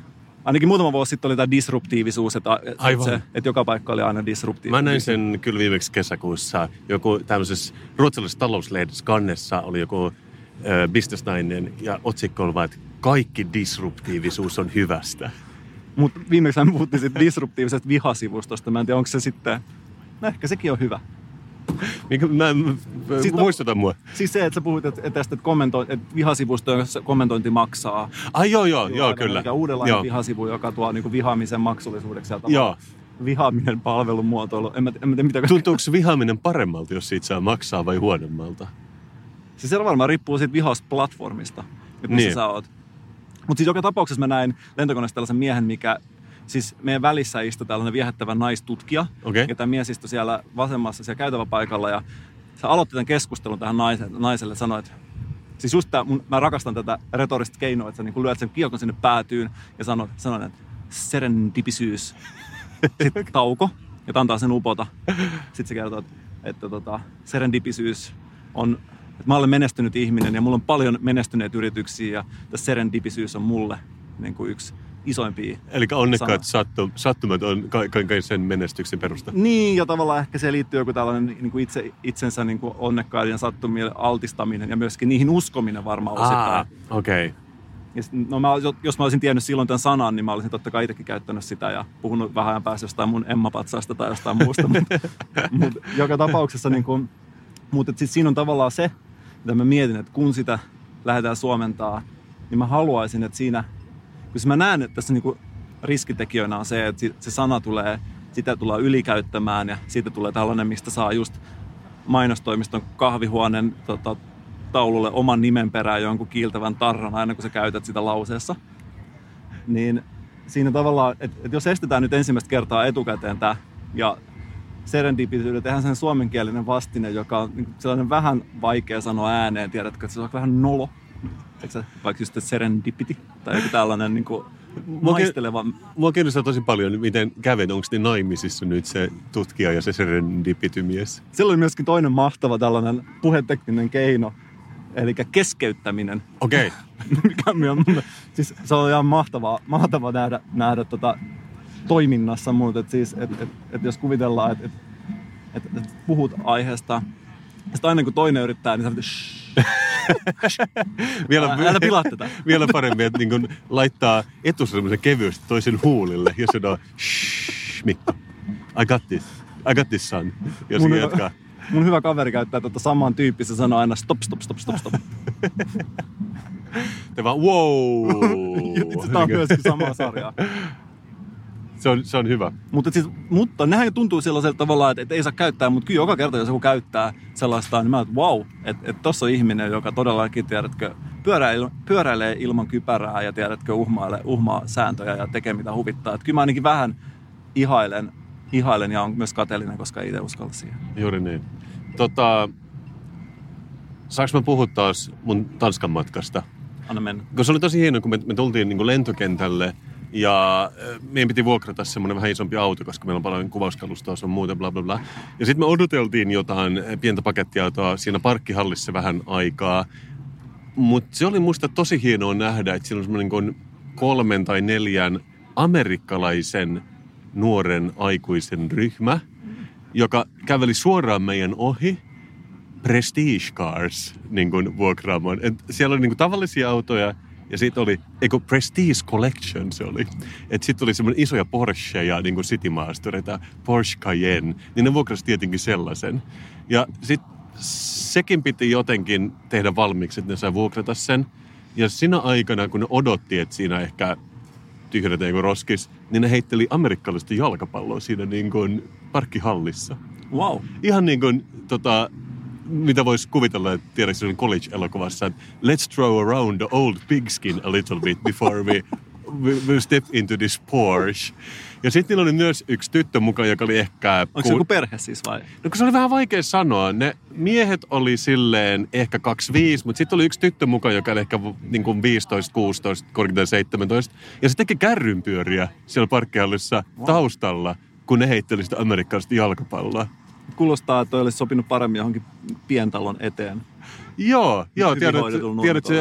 Ainakin muutama vuosi sitten oli tämä disruptiivisuus, että, että, se, että joka paikka oli aina disruptiivinen. Mä näin sen kyllä viimeksi kesäkuussa. Joku tämmöisessä ruotsalaisessa talouslehdessä kannessa oli joku ö, businessnainen ja otsikko oli vaan, että kaikki disruptiivisuus on hyvästä. Mutta viimeksi me puhuttiin siitä disruptiivisesta vihasivustosta. Mä en tiedä, onko se sitten... No ehkä sekin on hyvä. Mikä, mä, siis muistuta mua. Siis se, että sä puhuit että tästä, että, että vihasivustojen kommentointi maksaa. Ai joo, joo, joo, joo kyllä. Mikä uudenlainen joo. vihasivu, joka tuo niin kuin vihaamisen maksullisuudeksi. Ja joo. Vihaaminen palvelun muotoilu. En mä, en mä tiedä, mitä... Tuntuuko vihaaminen paremmalta, jos siitä saa maksaa vai huonommalta? Siis se varmaan riippuu siitä vihausplatformista, että missä niin. sä oot. Mutta siis joka tapauksessa mä näin lentokoneessa tällaisen miehen, mikä... Siis meidän välissä istui tällainen viehättävä naistutkija. Okay. Ja tämä mies istui siellä vasemmassa siellä käytäväpaikalla. Ja se aloitti tämän keskustelun tähän naiselle. naiselle sanoi, että... Siis just tää, mun, mä rakastan tätä retorista keinoa, että sä niin lyöt sen kiekon sinne päätyyn. Ja sanot, sanot että serendipisyys. Sitten tauko. Ja antaa sen upota. Sitten se kertoo, että, että tota, serendipisyys on... Että mä olen menestynyt ihminen ja mulla on paljon menestyneitä yrityksiä. Ja tässä serendipisyys on mulle niin kuin yksi... isoimpia. Eli onnekkaat sattum, sattumat on kaiken sen menestyksen perusta. Niin, ja tavallaan ehkä se liittyy joku tällainen niin kuin itse, itsensä niin kuin onnekkaiden sattumille altistaminen ja myöskin niihin uskominen varmaan osittain. okei. Okay. No mä, jos mä olisin tiennyt silloin tämän sanan, niin mä olisin totta kai itsekin käyttänyt sitä ja puhunut vähän ajan päässä jostain mun Emma-patsaista tai jostain muusta. Mutta mut, joka tapauksessa, niin kuin, mutta sit siinä on tavallaan se, mitä mä mietin, että kun sitä lähdetään suomentaa, niin mä haluaisin, että siinä koska mä näen, että tässä niinku riskitekijöinä on se, että se sana tulee, sitä tulee ylikäyttämään ja siitä tulee tällainen, mistä saa just mainostoimiston kahvihuoneen tota, taululle oman nimen perään jonkun kiiltävän tarran aina kun sä käytät sitä lauseessa. Niin siinä tavallaan, että et jos estetään nyt ensimmäistä kertaa etukäteen tämä ja serendipity, tehdään sen suomenkielinen vastine, joka on niin sellainen vähän vaikea sanoa ääneen, tiedätkö, että se on vähän nolo. Eikö vaikka just serendipity tai joku tällainen niin kuin maisteleva... Mua kiinnostaa tosi paljon, miten käven, onko ne naimisissa nyt se tutkija ja se serendipity-mies? Siellä oli myöskin toinen mahtava tällainen puhetekninen keino, eli keskeyttäminen. Okei. Okay. Mikä on, siis se on ihan mahtavaa, mahtavaa nähdä, nähdä tota toiminnassa, mutta et siis, et, et, et jos kuvitellaan, että et, et, et puhut aiheesta, ja sitten aina kun toinen yrittää, niin sä vielä, älä, älä pilaa tätä. Vielä paremmin, että niin laittaa etusormensa kevyesti toisen huulille ja sanoo, shh, Mikko, I got this, I got this son, jos mun jatkaa. Mun hyvä kaveri käyttää tuota saman tyyppistä sanoo aina stop, stop, stop, stop, stop. Te vaan wow. Tämä on myöskin samaa sarjaa. Se on, se on hyvä. Mutta, siis, mutta nehän tuntuu sellaiselta tavalla, että, että ei saa käyttää, mutta kyllä joka kerta, jos joku käyttää sellaista, niin mä oon, että wow, että, että tossa on ihminen, joka todellakin, tiedätkö, pyöräilee, pyöräilee ilman kypärää ja tiedätkö, uhmailee, uhmaa sääntöjä ja tekee mitä huvittaa. Että kyllä mä ainakin vähän ihailen, ihailen ja on myös kateellinen, koska ei itse uskalla siihen. Juuri niin. Tota, saanko mä puhua taas mun Tanskan matkasta? Anna mennä. Koska se oli tosi hienoa, kun me, me tultiin niin kuin lentokentälle. Ja meidän piti vuokrata semmoinen vähän isompi auto, koska meillä on paljon kuvauskalustoa, on muuta, bla bla bla. Ja sitten me odoteltiin jotain pientä pakettiautoa siinä parkkihallissa vähän aikaa. Mutta se oli musta tosi hienoa nähdä, että siinä on semmoinen kolmen tai neljän amerikkalaisen nuoren aikuisen ryhmä, joka käveli suoraan meidän ohi Prestige Cars niin kuin vuokraamaan. Et siellä oli niin kuin tavallisia autoja. Ja sitten oli, eikö Prestige Collection se oli. Että sitten oli semmoinen isoja Porscheja, niin kuin City Mastereita, Porsche Cayenne. Niin ne vuokrasi tietenkin sellaisen. Ja sitten sekin piti jotenkin tehdä valmiiksi, että ne sai vuokrata sen. Ja siinä aikana, kun ne odotti, että siinä ehkä tyhjätä joku roskis, niin ne heitteli amerikkalaista jalkapalloa siinä niin kuin parkkihallissa. Wow. Ihan niin kuin tota... mitä voisi kuvitella, että tiedätkö sellainen college-elokuvassa, että let's throw around the old pigskin a little bit before we, we, we step into this Porsche. Ja sitten niillä oli myös yksi tyttö mukaan, joka oli ehkä... Onko se joku perhe siis vai? No kun se oli vähän vaikea sanoa. Ne miehet oli silleen ehkä kaksikymmentäviisi, mutta sitten oli yksi tyttö mukaan, joka oli ehkä niin kuin viisitoista, kuusitoista, korkeintaan seitsemäntoista. Ja se teki kärrynpyöriä siellä parkkihallissa wow. taustalla, kun ne heitteli sitä amerikkalaista jalkapalloa. Kuulostaa, että toi olisi sopinut paremmin johonkin pientalon eteen. Joo, joo tiedät, tiedät se,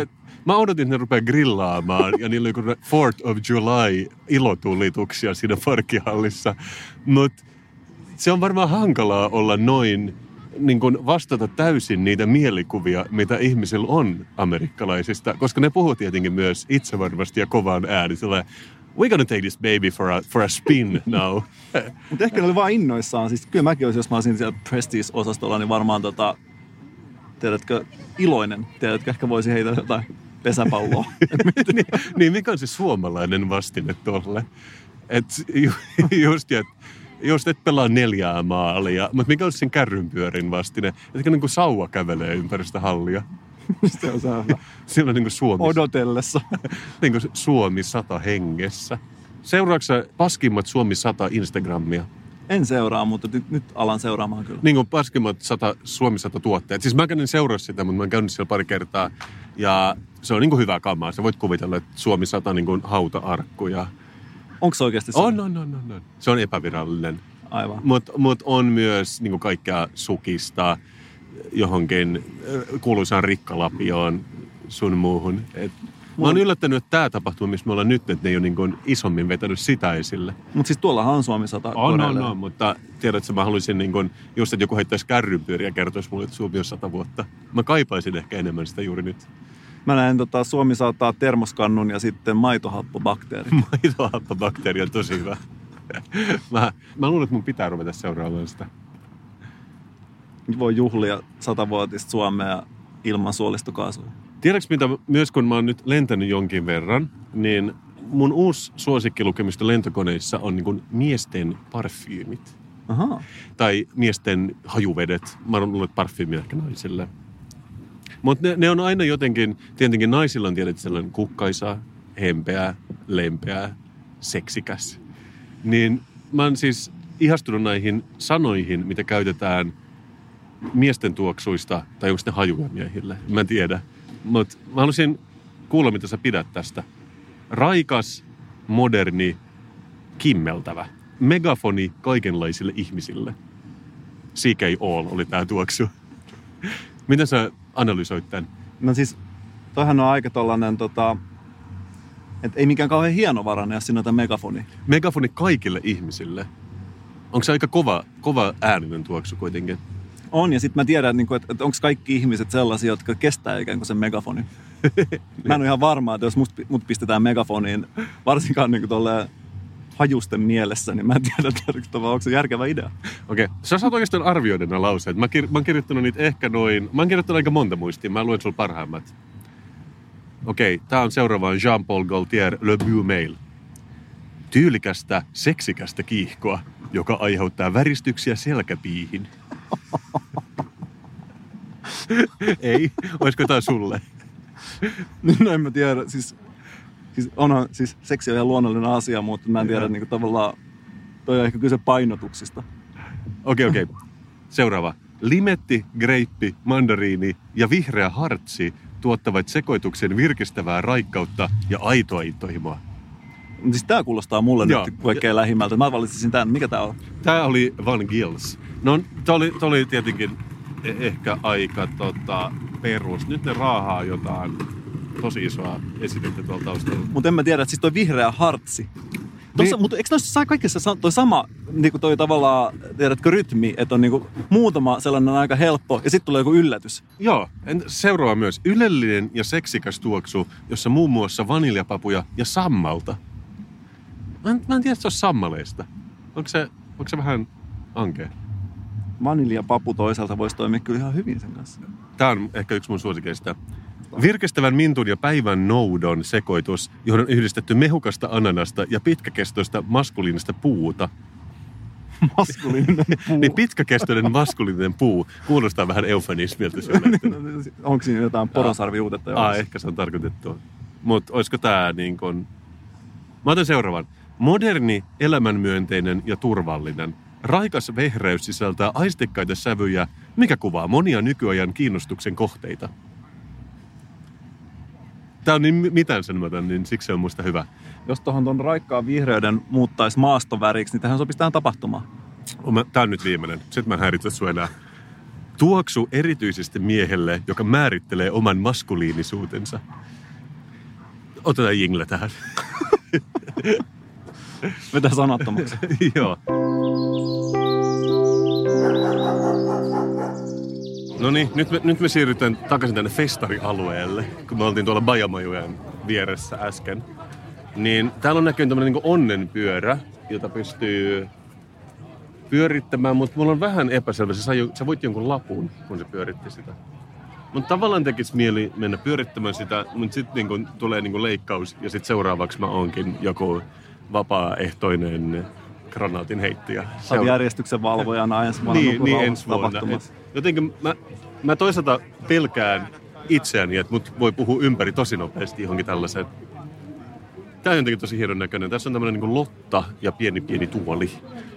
Mä odotin, että ne rupeaa grillaamaan ja niillä oli joku fourth of July ilotulituksia siinä parkkihallissa. Mutta se on varmaan hankalaa olla noin, niin kuin vastata täysin niitä mielikuvia, mitä ihmisillä on amerikkalaisista, koska ne puhuu tietenkin myös itsevarmasti ja kovaan ääni. Sellainen, we're gonna take this baby for a, for a spin now. Mutta ehkä ne oli vaan innoissaan. Siis kyllä mäkin olisin, jos mä olisin siellä Prestige-osastolla, niin varmaan tota, tiedätkö, iloinen. Tiedätkö, ehkä voisi heitä jotain pesäpalloa. niin, niin, mikä on se suomalainen vastine tolle? Et ju, just, et, just et pelaa neljää maalia, mutta mikä olisi sen kärrynpyörin vastine? Että niin kuin sauva kävelee ympäri sitä hallia. Se on hyvä. Siellä on niin kuin Suomi. Odotellessa. niin kuin Suomi sata hengessä. Seuraatko sä paskimmat Suomi sata Instagramia? En seuraa, mutta nyt, nyt alan seuraamaan kyllä. Niin kuin paskimmat sata, Suomi sata tuotteet. Siis mä käyn seuraa sitä, mutta mä oon käynyt siellä pari kertaa. Ja se on niin kuin hyvä kamaa. Sä voit kuvitella, että Suomi sata niin kuin hauta-arkku. Ja... Onko se oikeasti se? On, on, on, on, on. Se on epävirallinen. Aivan. Mutta mut on myös niin kuin kaikkea sukista johonkin kuuluisaan rikkalapioon sun muuhun. Et mä oon yllättänyt, että tämä tapahtuma, missä me ollaan nyt, että ne ei ole niin kuin isommin vetänyt sitä esille. Mutta siis tuollahan on Suomi sata. On, on, on, mutta tiedätkö, mä haluaisin niin kuin, just, että joku heittäisi kärrynpyöriä ja kertoisi mulle, että Suomi on sata vuotta. Mä kaipaisin ehkä enemmän sitä juuri nyt. Mä näen tota, Suomi saattaa termoskannun ja sitten maitohappobakteeri. Maitohappobakteeri on tosi hyvä. mä, mä luulen, että mun pitää ruveta seuraamaan sitä. Voi juhlia satavuotista Suomea ilman suolistokaasua. Tiedätkö mitä, myös kun mä oon nyt lentänyt jonkin verran, niin mun uusi suosikkilukemista lentokoneissa on niin kuin miesten parfyymit. Aha. Tai miesten hajuvedet. Mä oon luullut parfyymiä ehkä naisille. Mutta ne, ne on aina jotenkin, tietenkin naisilla on tietenkin sellainen kukkaisa, hempeä, lempeä, seksikäs. Niin mä oon siis ihastunut näihin sanoihin, mitä käytetään miesten tuoksuista, tai onko ne hajuja miehille, mä en tiedä. Mutta mä haluaisin kuulla, mitä sä pidät tästä. Raikas, moderni, kimmeltävä. Megafoni kaikenlaisille ihmisille. C K All oli tää tuoksu. Miten sä analysoit tän? No siis, toihan on aika tollanen, tota, että ei mikään kauhean hienovarainen, jos siinä on tämä megafoni. Megafoni kaikille ihmisille. Onko se aika kova, kova ääninen tuoksu kuitenkin? On, ja sitten mä tiedän, että, että onko kaikki ihmiset sellaisia, jotka kestää ikään kuin sen megafoni. Mä en ole ihan varma, että jos mut, mut pistetään megafoniin, varsinkaan niin kuin tolleen hajusten mielessä, niin mä en tiedä, että onko se järkevä idea. Okei, okay. Sä saat oikeastaan arvioida nämä lauseet. Mä, kir- mä oon kirjoittanut niitä ehkä noin, mä oon kirjoittanut aika monta muistia, mä luen sulla parhaimmat. Okei, okay, tää on seuraavaan Jean-Paul Gaultier Le Beau Mail. Tyylikästä, seksikästä kiihkoa, joka aiheuttaa väristyksiä selkäpiihin. Ei, olisiko jotain sulle? No en mä tiedä, siis, siis onhan, siis seksi on ihan luonnollinen asia, mutta mä en tiedä niin kuin tavallaan, toi on ehkä kyse painotuksista. Okei, okay, okei. Okay. Seuraava. Limetti, greippi, mandariini ja vihreä hartsi tuottavat sekoituksen virkistävää raikkautta ja aitoa intohimoa. Siis tää kuulostaa mulle Joo. nyt oikein lähimmältä. Mä valitsisin tän. Mikä tää on? Tää oli Van Gils. No, tää oli, tää oli tietenkin ehkä aika tota, perus. Nyt ne raahaa jotain tosi isoa esitettä tuolla taustalla. Mutta en mä tiedä, että siis toi vihreä hartsi. Tossa, Niin. mutta eikö noissa saa kaikessa toi sama, niinku toi tavallaan, tiedätkö, rytmi, että on niinku muutama sellainen aika helppo ja sitten tulee joku yllätys. Joo, seuraava myös. Ylellinen ja seksikäs tuoksu, jossa muun muassa vaniljapapuja ja sammalta. Mä en, mä en tiedä, että se on sammaleista. Onko se, onko se vähän ankea? Vaniljapapu toisaalta voisi toimia kyllä ihan hyvin sen kanssa. Tää on ehkä yksi mun suosikeista. Virkistävän mintun ja päivän noudon sekoitus, johon on yhdistetty mehukasta ananasta ja pitkäkestoista maskuliinista puuta. Maskuliininen puu. Niin pitkäkestoinen maskuliininen puu kuulostaa vähän eufemismiltä sille. Onko siinä jotain poronsarviuutetta jo? Ah, ehkä se on tarkoitettu. Mutta olisiko tää niin kuin... Mä otan seuraavan. Moderni, elämänmyönteinen ja turvallinen. Raikas vehreys sisältää aistikkaita sävyjä, mikä kuvaa monia nykyajan kiinnostuksen kohteita. Tää on niin mitään sanomaton, niin siksi se on musta hyvä. Jos tuohon ton raikkaan vihreyden muuttaisi maastoväriksi, niin tähän sopisi tähän tapahtumaan. Tää on nyt viimeinen. Sitten mä en häiritse sua enää. Tuoksu erityisesti miehelle, joka määrittelee oman maskuliinisuutensa. Otetaan jingle tähän. Vetää sanattomaksi. Joo. No niin, nyt me, nyt me siirrytään takaisin tänne festarialueelle, kun me oltiin tuolla Bajamajojen vieressä äsken. Niin täällä on näkynyt tämmönen niinku onnenpyörä, jota pystyy pyörittämään, mutta mulla on vähän epäselvä. Sä, sai, sä voit jonkun lapun, kun se pyöritti sitä. Mutta tavallaan tekisi mieli mennä pyörittämään sitä, mutta sitten niinku tulee niinku leikkaus ja sitten seuraavaksi mä oonkin joku vapaaehtoinen granaatin heittäjä. Sä oot järjestyksen valvojana ensi vuonna niin, niin ensi vuonna. Et jotenkin mä, mä toisaalta pelkään itseäni, että mut voi puhua ympäri tosi nopeasti johonkin tällaiseen. Tää on jotenkin tosi hienon näköinen. Tässä on tämmönen niinku lotta ja pieni pieni tuoli.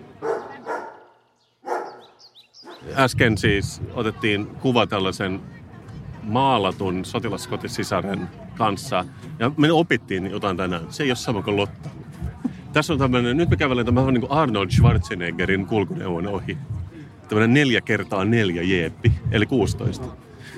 Äsken siis otettiin kuva tällaisen maalatun sotilaskotisisaren kanssa. Ja me opittiin jotain tänään. Se ei ole sama kuin lotta. Tässä on tämmönen, nyt me kävellään tämmönen niin kuin Arnold Schwarzeneggerin kulkuneuvon ohi. Tämmönen neljä kertaa neljä jeeppi, eli kuusitoista.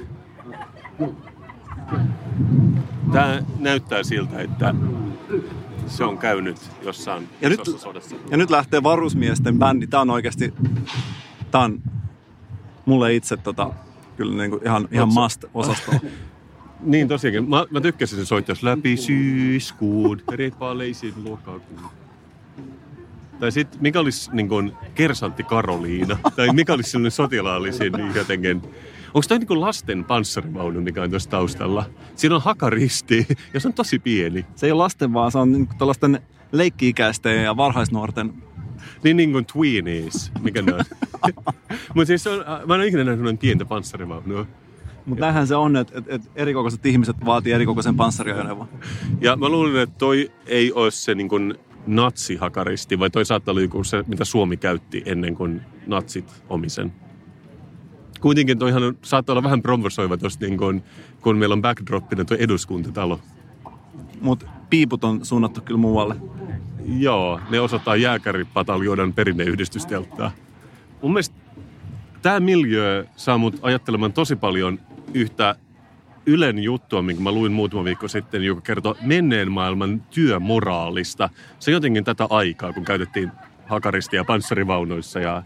Tää näyttää siltä, että se on käynyt jossain ja isossa nyt, sodassa. Ja nyt lähtee varusmiesten bändi. Tää on oikeesti, tää on mulle itse tota, kyllä niinku ihan, ihan must-osastoa. Niin tosiaankin. Mä, mä tykkäsin sen soittaisi läpi syyskuun, repaleisin lokakuun. Tai sit mikä olisi niin kuin kersantti Karoliina, tai mikä olisi sellainen sotilaallisin jotenkin. Onko toi niin kuin lasten panssarivaunu, mikä on tuossa taustalla? Siinä on hakaristi ja se on tosi pieni. Se ei ole lasten, vaan se on niin tällaisten leikki-ikäisten ja varhaisnuorten. Niin niin kuin tweenies, mikä ne on. Mutta siis on, mä en ole ikinä nähnyt pientä panssarivaunua. Mutta näinhän se on, että et, et erikokoiset ihmiset vaatii erikokoisen panssariajoneuvon. Ja mä luulen, että toi ei ole se niin kuin natsihakaristi, vai toi saattaa olla joku se, mitä Suomi käytti ennen kuin natsit omisen. Kuitenkin toihan saattaa olla vähän provosoiva tosta, niin kun, kun meillä on backdroppina tuo eduskuntatalo. Mutta piiput on suunnattu kyllä muualle. Joo, ne osoittaa jääkäripataljonan perinneyhdistystelttaa. Mun mielestä tämä miljöö saa mut ajattelemaan tosi paljon yhtä Ylen juttua, minkä mä luin muutama viikko sitten, joka kertoo menneen maailman työmoraalista. Se jotenkin tätä aikaa, kun käytettiin hakaristia panssarivaunuissa. Ja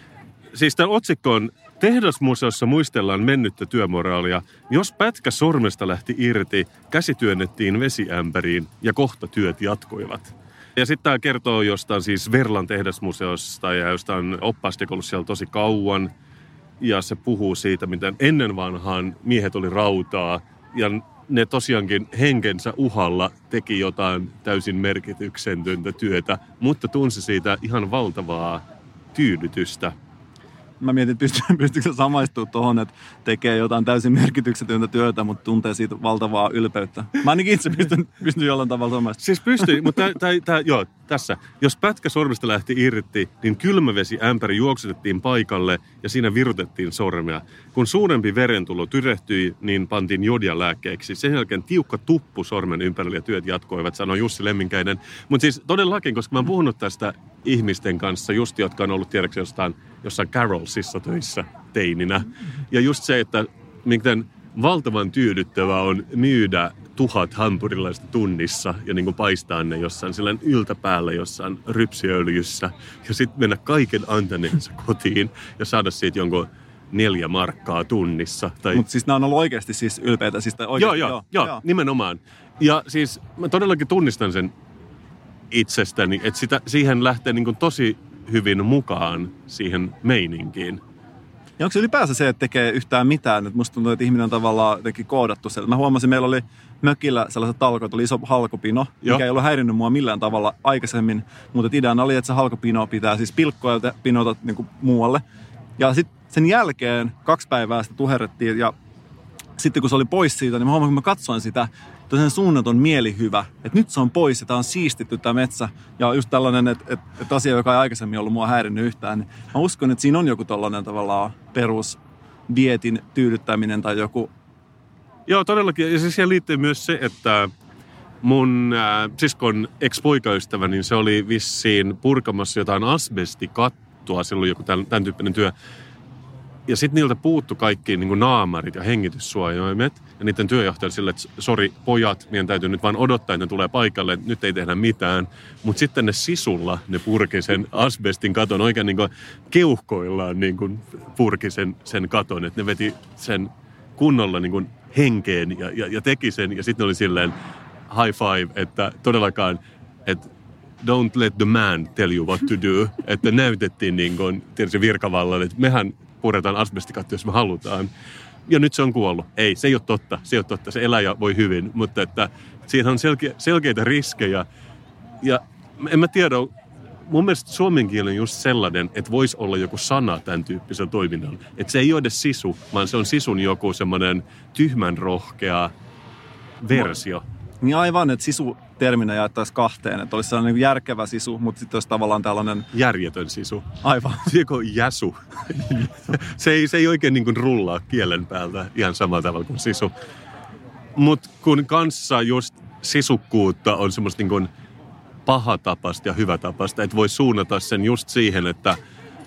siis tämän otsikko on: Tehdasmuseossa muistellaan mennyttä työmoraalia. Jos pätkä sormesta lähti irti, käsi työnnettiin vesiämpäriin ja kohta työt jatkoivat. Ja sitten tämä kertoo jostain siis Verlan tehdasmuseosta ja jostain oppaasta, joka on ollut siellä tosi kauan. Ja se puhuu siitä, miten ennen vanhaan miehet oli rautaa ja ne tosiaankin henkensä uhalla teki jotain täysin merkityksetöntä työtä, mutta tunsi siitä ihan valtavaa tyydytystä. Mä mietin, että pystyykö, pystyykö samaistumaan tuohon, että tekee jotain täysin merkityksetöntä työtä, mutta tuntee siitä valtavaa ylpeyttä. Mä ainakin itse pystyn, pystyn jollain tavalla samaistumaan. Siis pystyy, mutta tää, tää, tää, joo, tässä. Jos pätkä sormesta lähti irti, niin kylmävesi ämpäri juoksutettiin paikalle ja siinä virutettiin sormea. Kun suurempi verentulo tyrehtyi, niin pantiin jodia lääkkeeksi. Sen jälkeen tiukka tuppu sormen ympärillä ja työt jatkoivat, sanoi Jussi Lemminkäinen. Mutta siis todellakin, koska mä oon puhunut tästä ihmisten kanssa, just jotka on ollut tiedoksi jostain, jossain Carolsissa töissä teininä. Ja just se, että miten valtavan tyydyttävää on myydä tuhat hampurilaista tunnissa ja niin kuin paistaa ne jossain silleen yltäpäällä jossain rypsiöljyssä ja sitten mennä kaiken antaneensa kotiin ja saada siitä jonkun neljä markkaa tunnissa. Tai... Mutta siis nämä on ollut oikeasti siis ylpeitä. Siis oikeasti, joo, joo, joo, joo, joo, nimenomaan. Ja siis mä todellakin tunnistan sen itsestäni, että sitä, siihen lähtee niin kuin tosi hyvin mukaan siihen meininkiin. Ja onko se ylipäänsä se, että tekee yhtään mitään? Että musta tuntuu, että ihminen on tavallaan jotenkin koodattu siellä. Mä huomasin, meillä oli mökillä sellaiset talkoit, oli iso halkopino, Joo. mikä ei ollut häirinnyt mua millään tavalla aikaisemmin. Mutta ideana oli, että se halkopino pitää siis pilkkoa ja pinota niin kuin muualle. Ja sitten sen jälkeen kaksi päivää sitä tuherrettiin ja sitten kun se oli pois siitä, niin mä huomasin, kun mä katsoin sitä, tosiaan suunnaton mielihyvä, että nyt se on pois ja tää on siistitty tää metsä. Ja just tällainen, että, että, että asia, joka ei aikaisemmin ollut mua häirinnyt yhtään, niin mä uskon, että siinä on joku tollainen tavallaan perusdietin tyydyttäminen tai joku. Joo, todellakin. Ja siis siihen liittyy myös se, että mun äh, siskon ex-poikaystävä, niin se oli vissiin purkamassa jotain asbestikattoa, silloin joku tämän, tämän tyyppinen työ. Ja sitten niiltä puuttu kaikki niin kuin naamarit ja hengityssuojaimet. Ja niiden työjohtaja oli silleen, että sori pojat, meidän täytyy nyt vaan odottaa, että ne tulee paikalle, että nyt ei tehdä mitään. Mutta sitten ne sisulla, ne purki sen asbestin katon, oikein niin kuin keuhkoillaan niin kuin purki sen, sen katon. Että ne veti sen kunnolla niin kuin henkeen ja, ja, ja teki sen. Ja sitten ne oli silleen high five, että todellakaan, että don't let the man tell you what to do. Että näytettiin niin kuin tietysti virkavallalle, että mehän puretaan asbestikatto, jos me halutaan. Ja nyt se on kuollut. Ei, se ei ole totta. Se ei ole totta. Se eläjä voi hyvin. Mutta että siinä on selke- selkeitä riskejä. Ja en mä tiedä, mun mielestä suomen kieli on just sellainen, että voisi olla joku sana tämän tyyppisellä toiminnalla. Että se ei ole edes sisu, vaan se on sisun joku semmoinen tyhmän rohkea versio. Niin aivan, että sisu-terminä jaettaisiin kahteen, että olisi sellainen niin järkevä sisu, mutta sitten olisi tavallaan tällainen... Järjetön sisu. Aivan. Joko jäsu. se, ei, se ei oikein niin kuin rullaa kielen päältä ihan samalla tavalla kuin sisu. Mutta kun kanssa just sisukkuutta on semmoista niin kuin pahatapasta ja hyvätapasta, että voi suunnata sen just siihen, että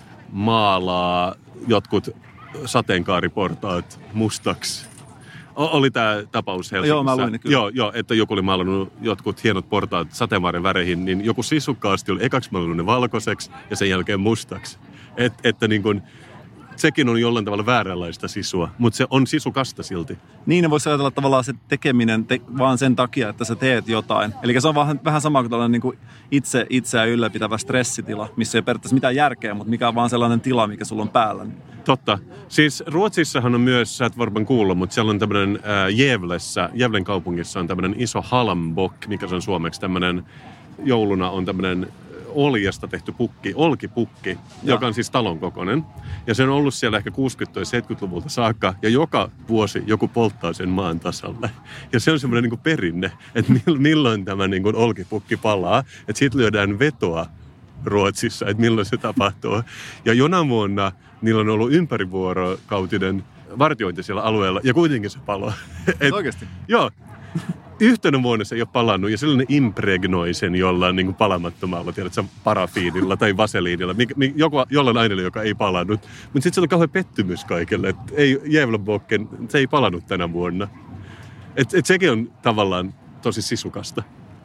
maalaa jotkut sateenkaariportaat mustaksi. Oli tämä tapaus Helsingissä. Joo, mä luin kyllä. Joo, joo, että joku oli maalannut jotkut hienot portaat sateenkaaren väreihin, niin joku sisukkaasti oli ekaksi maalannut ne valkoiseksi ja sen jälkeen mustaksi. Et, että niin kun, sekin on jollain tavalla vääränlaista sisua, mutta se on sisukasta silti. Niin, ne voisi ajatella tavallaan se tekeminen te- vaan sen takia, että sä teet jotain. Eli se on vähän, vähän sama kuin tällainen niin kuin itse itseä ylläpitävä stressitila, missä ei periaatteessa mitään järkeä, mutta mikä on vaan sellainen tila, mikä sulla on päällä. Totta. Siis Ruotsissahan on myös, sä et varmaan kuullut, mutta siellä on tämmöinen äh, Gävlessä, Gävlen kaupungissa on tämmöinen iso halmbock, mikä se on suomeksi tämmöinen, jouluna on tämmöinen oljesta tehty pukki, olkipukki, ja. joka on siis talon kokoinen. Ja se on ollut siellä ehkä kuusikymmentä- ja seitsemänkymmentäluvulta saakka, ja joka vuosi joku polttaa sen maan tasalle. Ja se on semmoinen niin kuin perinne, että milloin tämä niin kuin olkipukki palaa, että siitä lyödään vetoa Ruotsissa, että milloin se tapahtuu. Ja jonain vuonna niillä on ollut ympärivuorokautinen vartiointi siellä alueella, ja kuitenkin se paloi. Et, oikeasti? Joo. Yhtenä vuonna se ei ole palannut, ja silloin ne impregnoi sen jollain niin kuin palamattomalla, tiedätkö, parafiinilla tai vaseliinilla, joku, jollain aineella, joka ei palannut. Mutta sitten se oli kauhean pettymys kaikille, että ei Gävlenbocken, se ei palannut tänä vuonna. Että et sekin on tavallaan tosi sisukasta.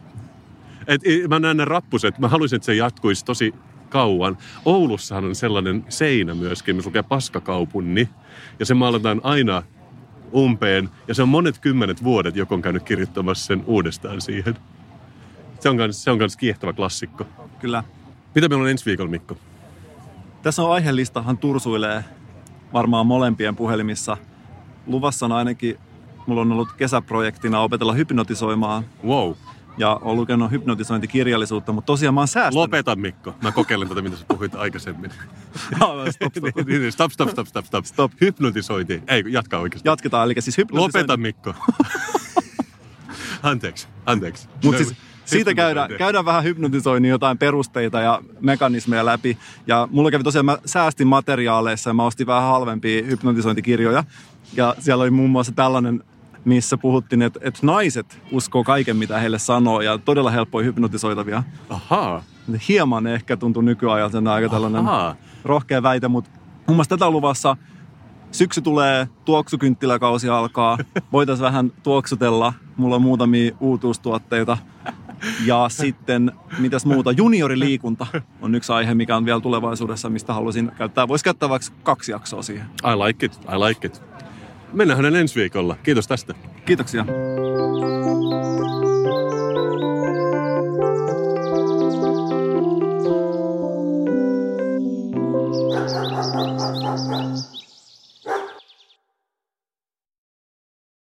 Et, mä näen ne rappuset, mä haluaisin, että se jatkuisi tosi kauan. Oulussahan on sellainen seinä myöskin, missä lukee paskakaupunni, ja se maalataan aina umpeen, ja se on monet kymmenet vuodet, joku on käynyt kirjoittamassa sen uudestaan siihen. Se on kans, se on kans kiehtova klassikko. Kyllä. Mitä meillä on ensi viikolla, Mikko? Tässä on aiheelistahan tursuilee varmaan molempien puhelimissa. Luvassa on ainakin, mulla on ollut kesäprojektina opetella hypnotisoimaan. Wow. Ja olen lukenut hypnotisointikirjallisuutta, mutta tosiaan mä oon säästänyt. Lopeta, Mikko. Mä kokeilen tätä, mitä sä puhuit aikaisemmin. stop, stop, stop, stop, stop, stop. Stop. Hypnotisointi. Ei, jatkaa oikeasti. Jatketaan, eli siis hypnotisointi. Lopeta, Mikko. anteeksi, anteeksi. Mutta siis siitä käydään, käydään vähän hypnotisoinnin jotain perusteita ja mekanismeja läpi. Ja mulla kävi tosiaan, mä säästin materiaaleissa ja mä ostin vähän halvempia hypnotisointikirjoja. Ja siellä oli muun muassa tällainen, missä puhuttiin, että, että naiset uskoo kaiken, mitä heille sanoo, ja todella helppoja hypnotisoitavia. Ahaa. Hieman ehkä tuntuu nykyajalta aika tällainen Ahaa. rohkea väite, mutta muun muassa tätä luvassa syksy tulee, tuoksukynttiläkausi alkaa, voitaisiin vähän tuoksutella, mulla on muutamia uutuustuotteita. Ja sitten, mitäs muuta, junioriliikunta on yksi aihe, mikä on vielä tulevaisuudessa, mistä haluaisin käyttää. Voisi käyttää vaikka kaksi jaksoa siihen. I like it, I like it. Mennään hänen ensi viikolla. Kiitos tästä. Kiitoksia.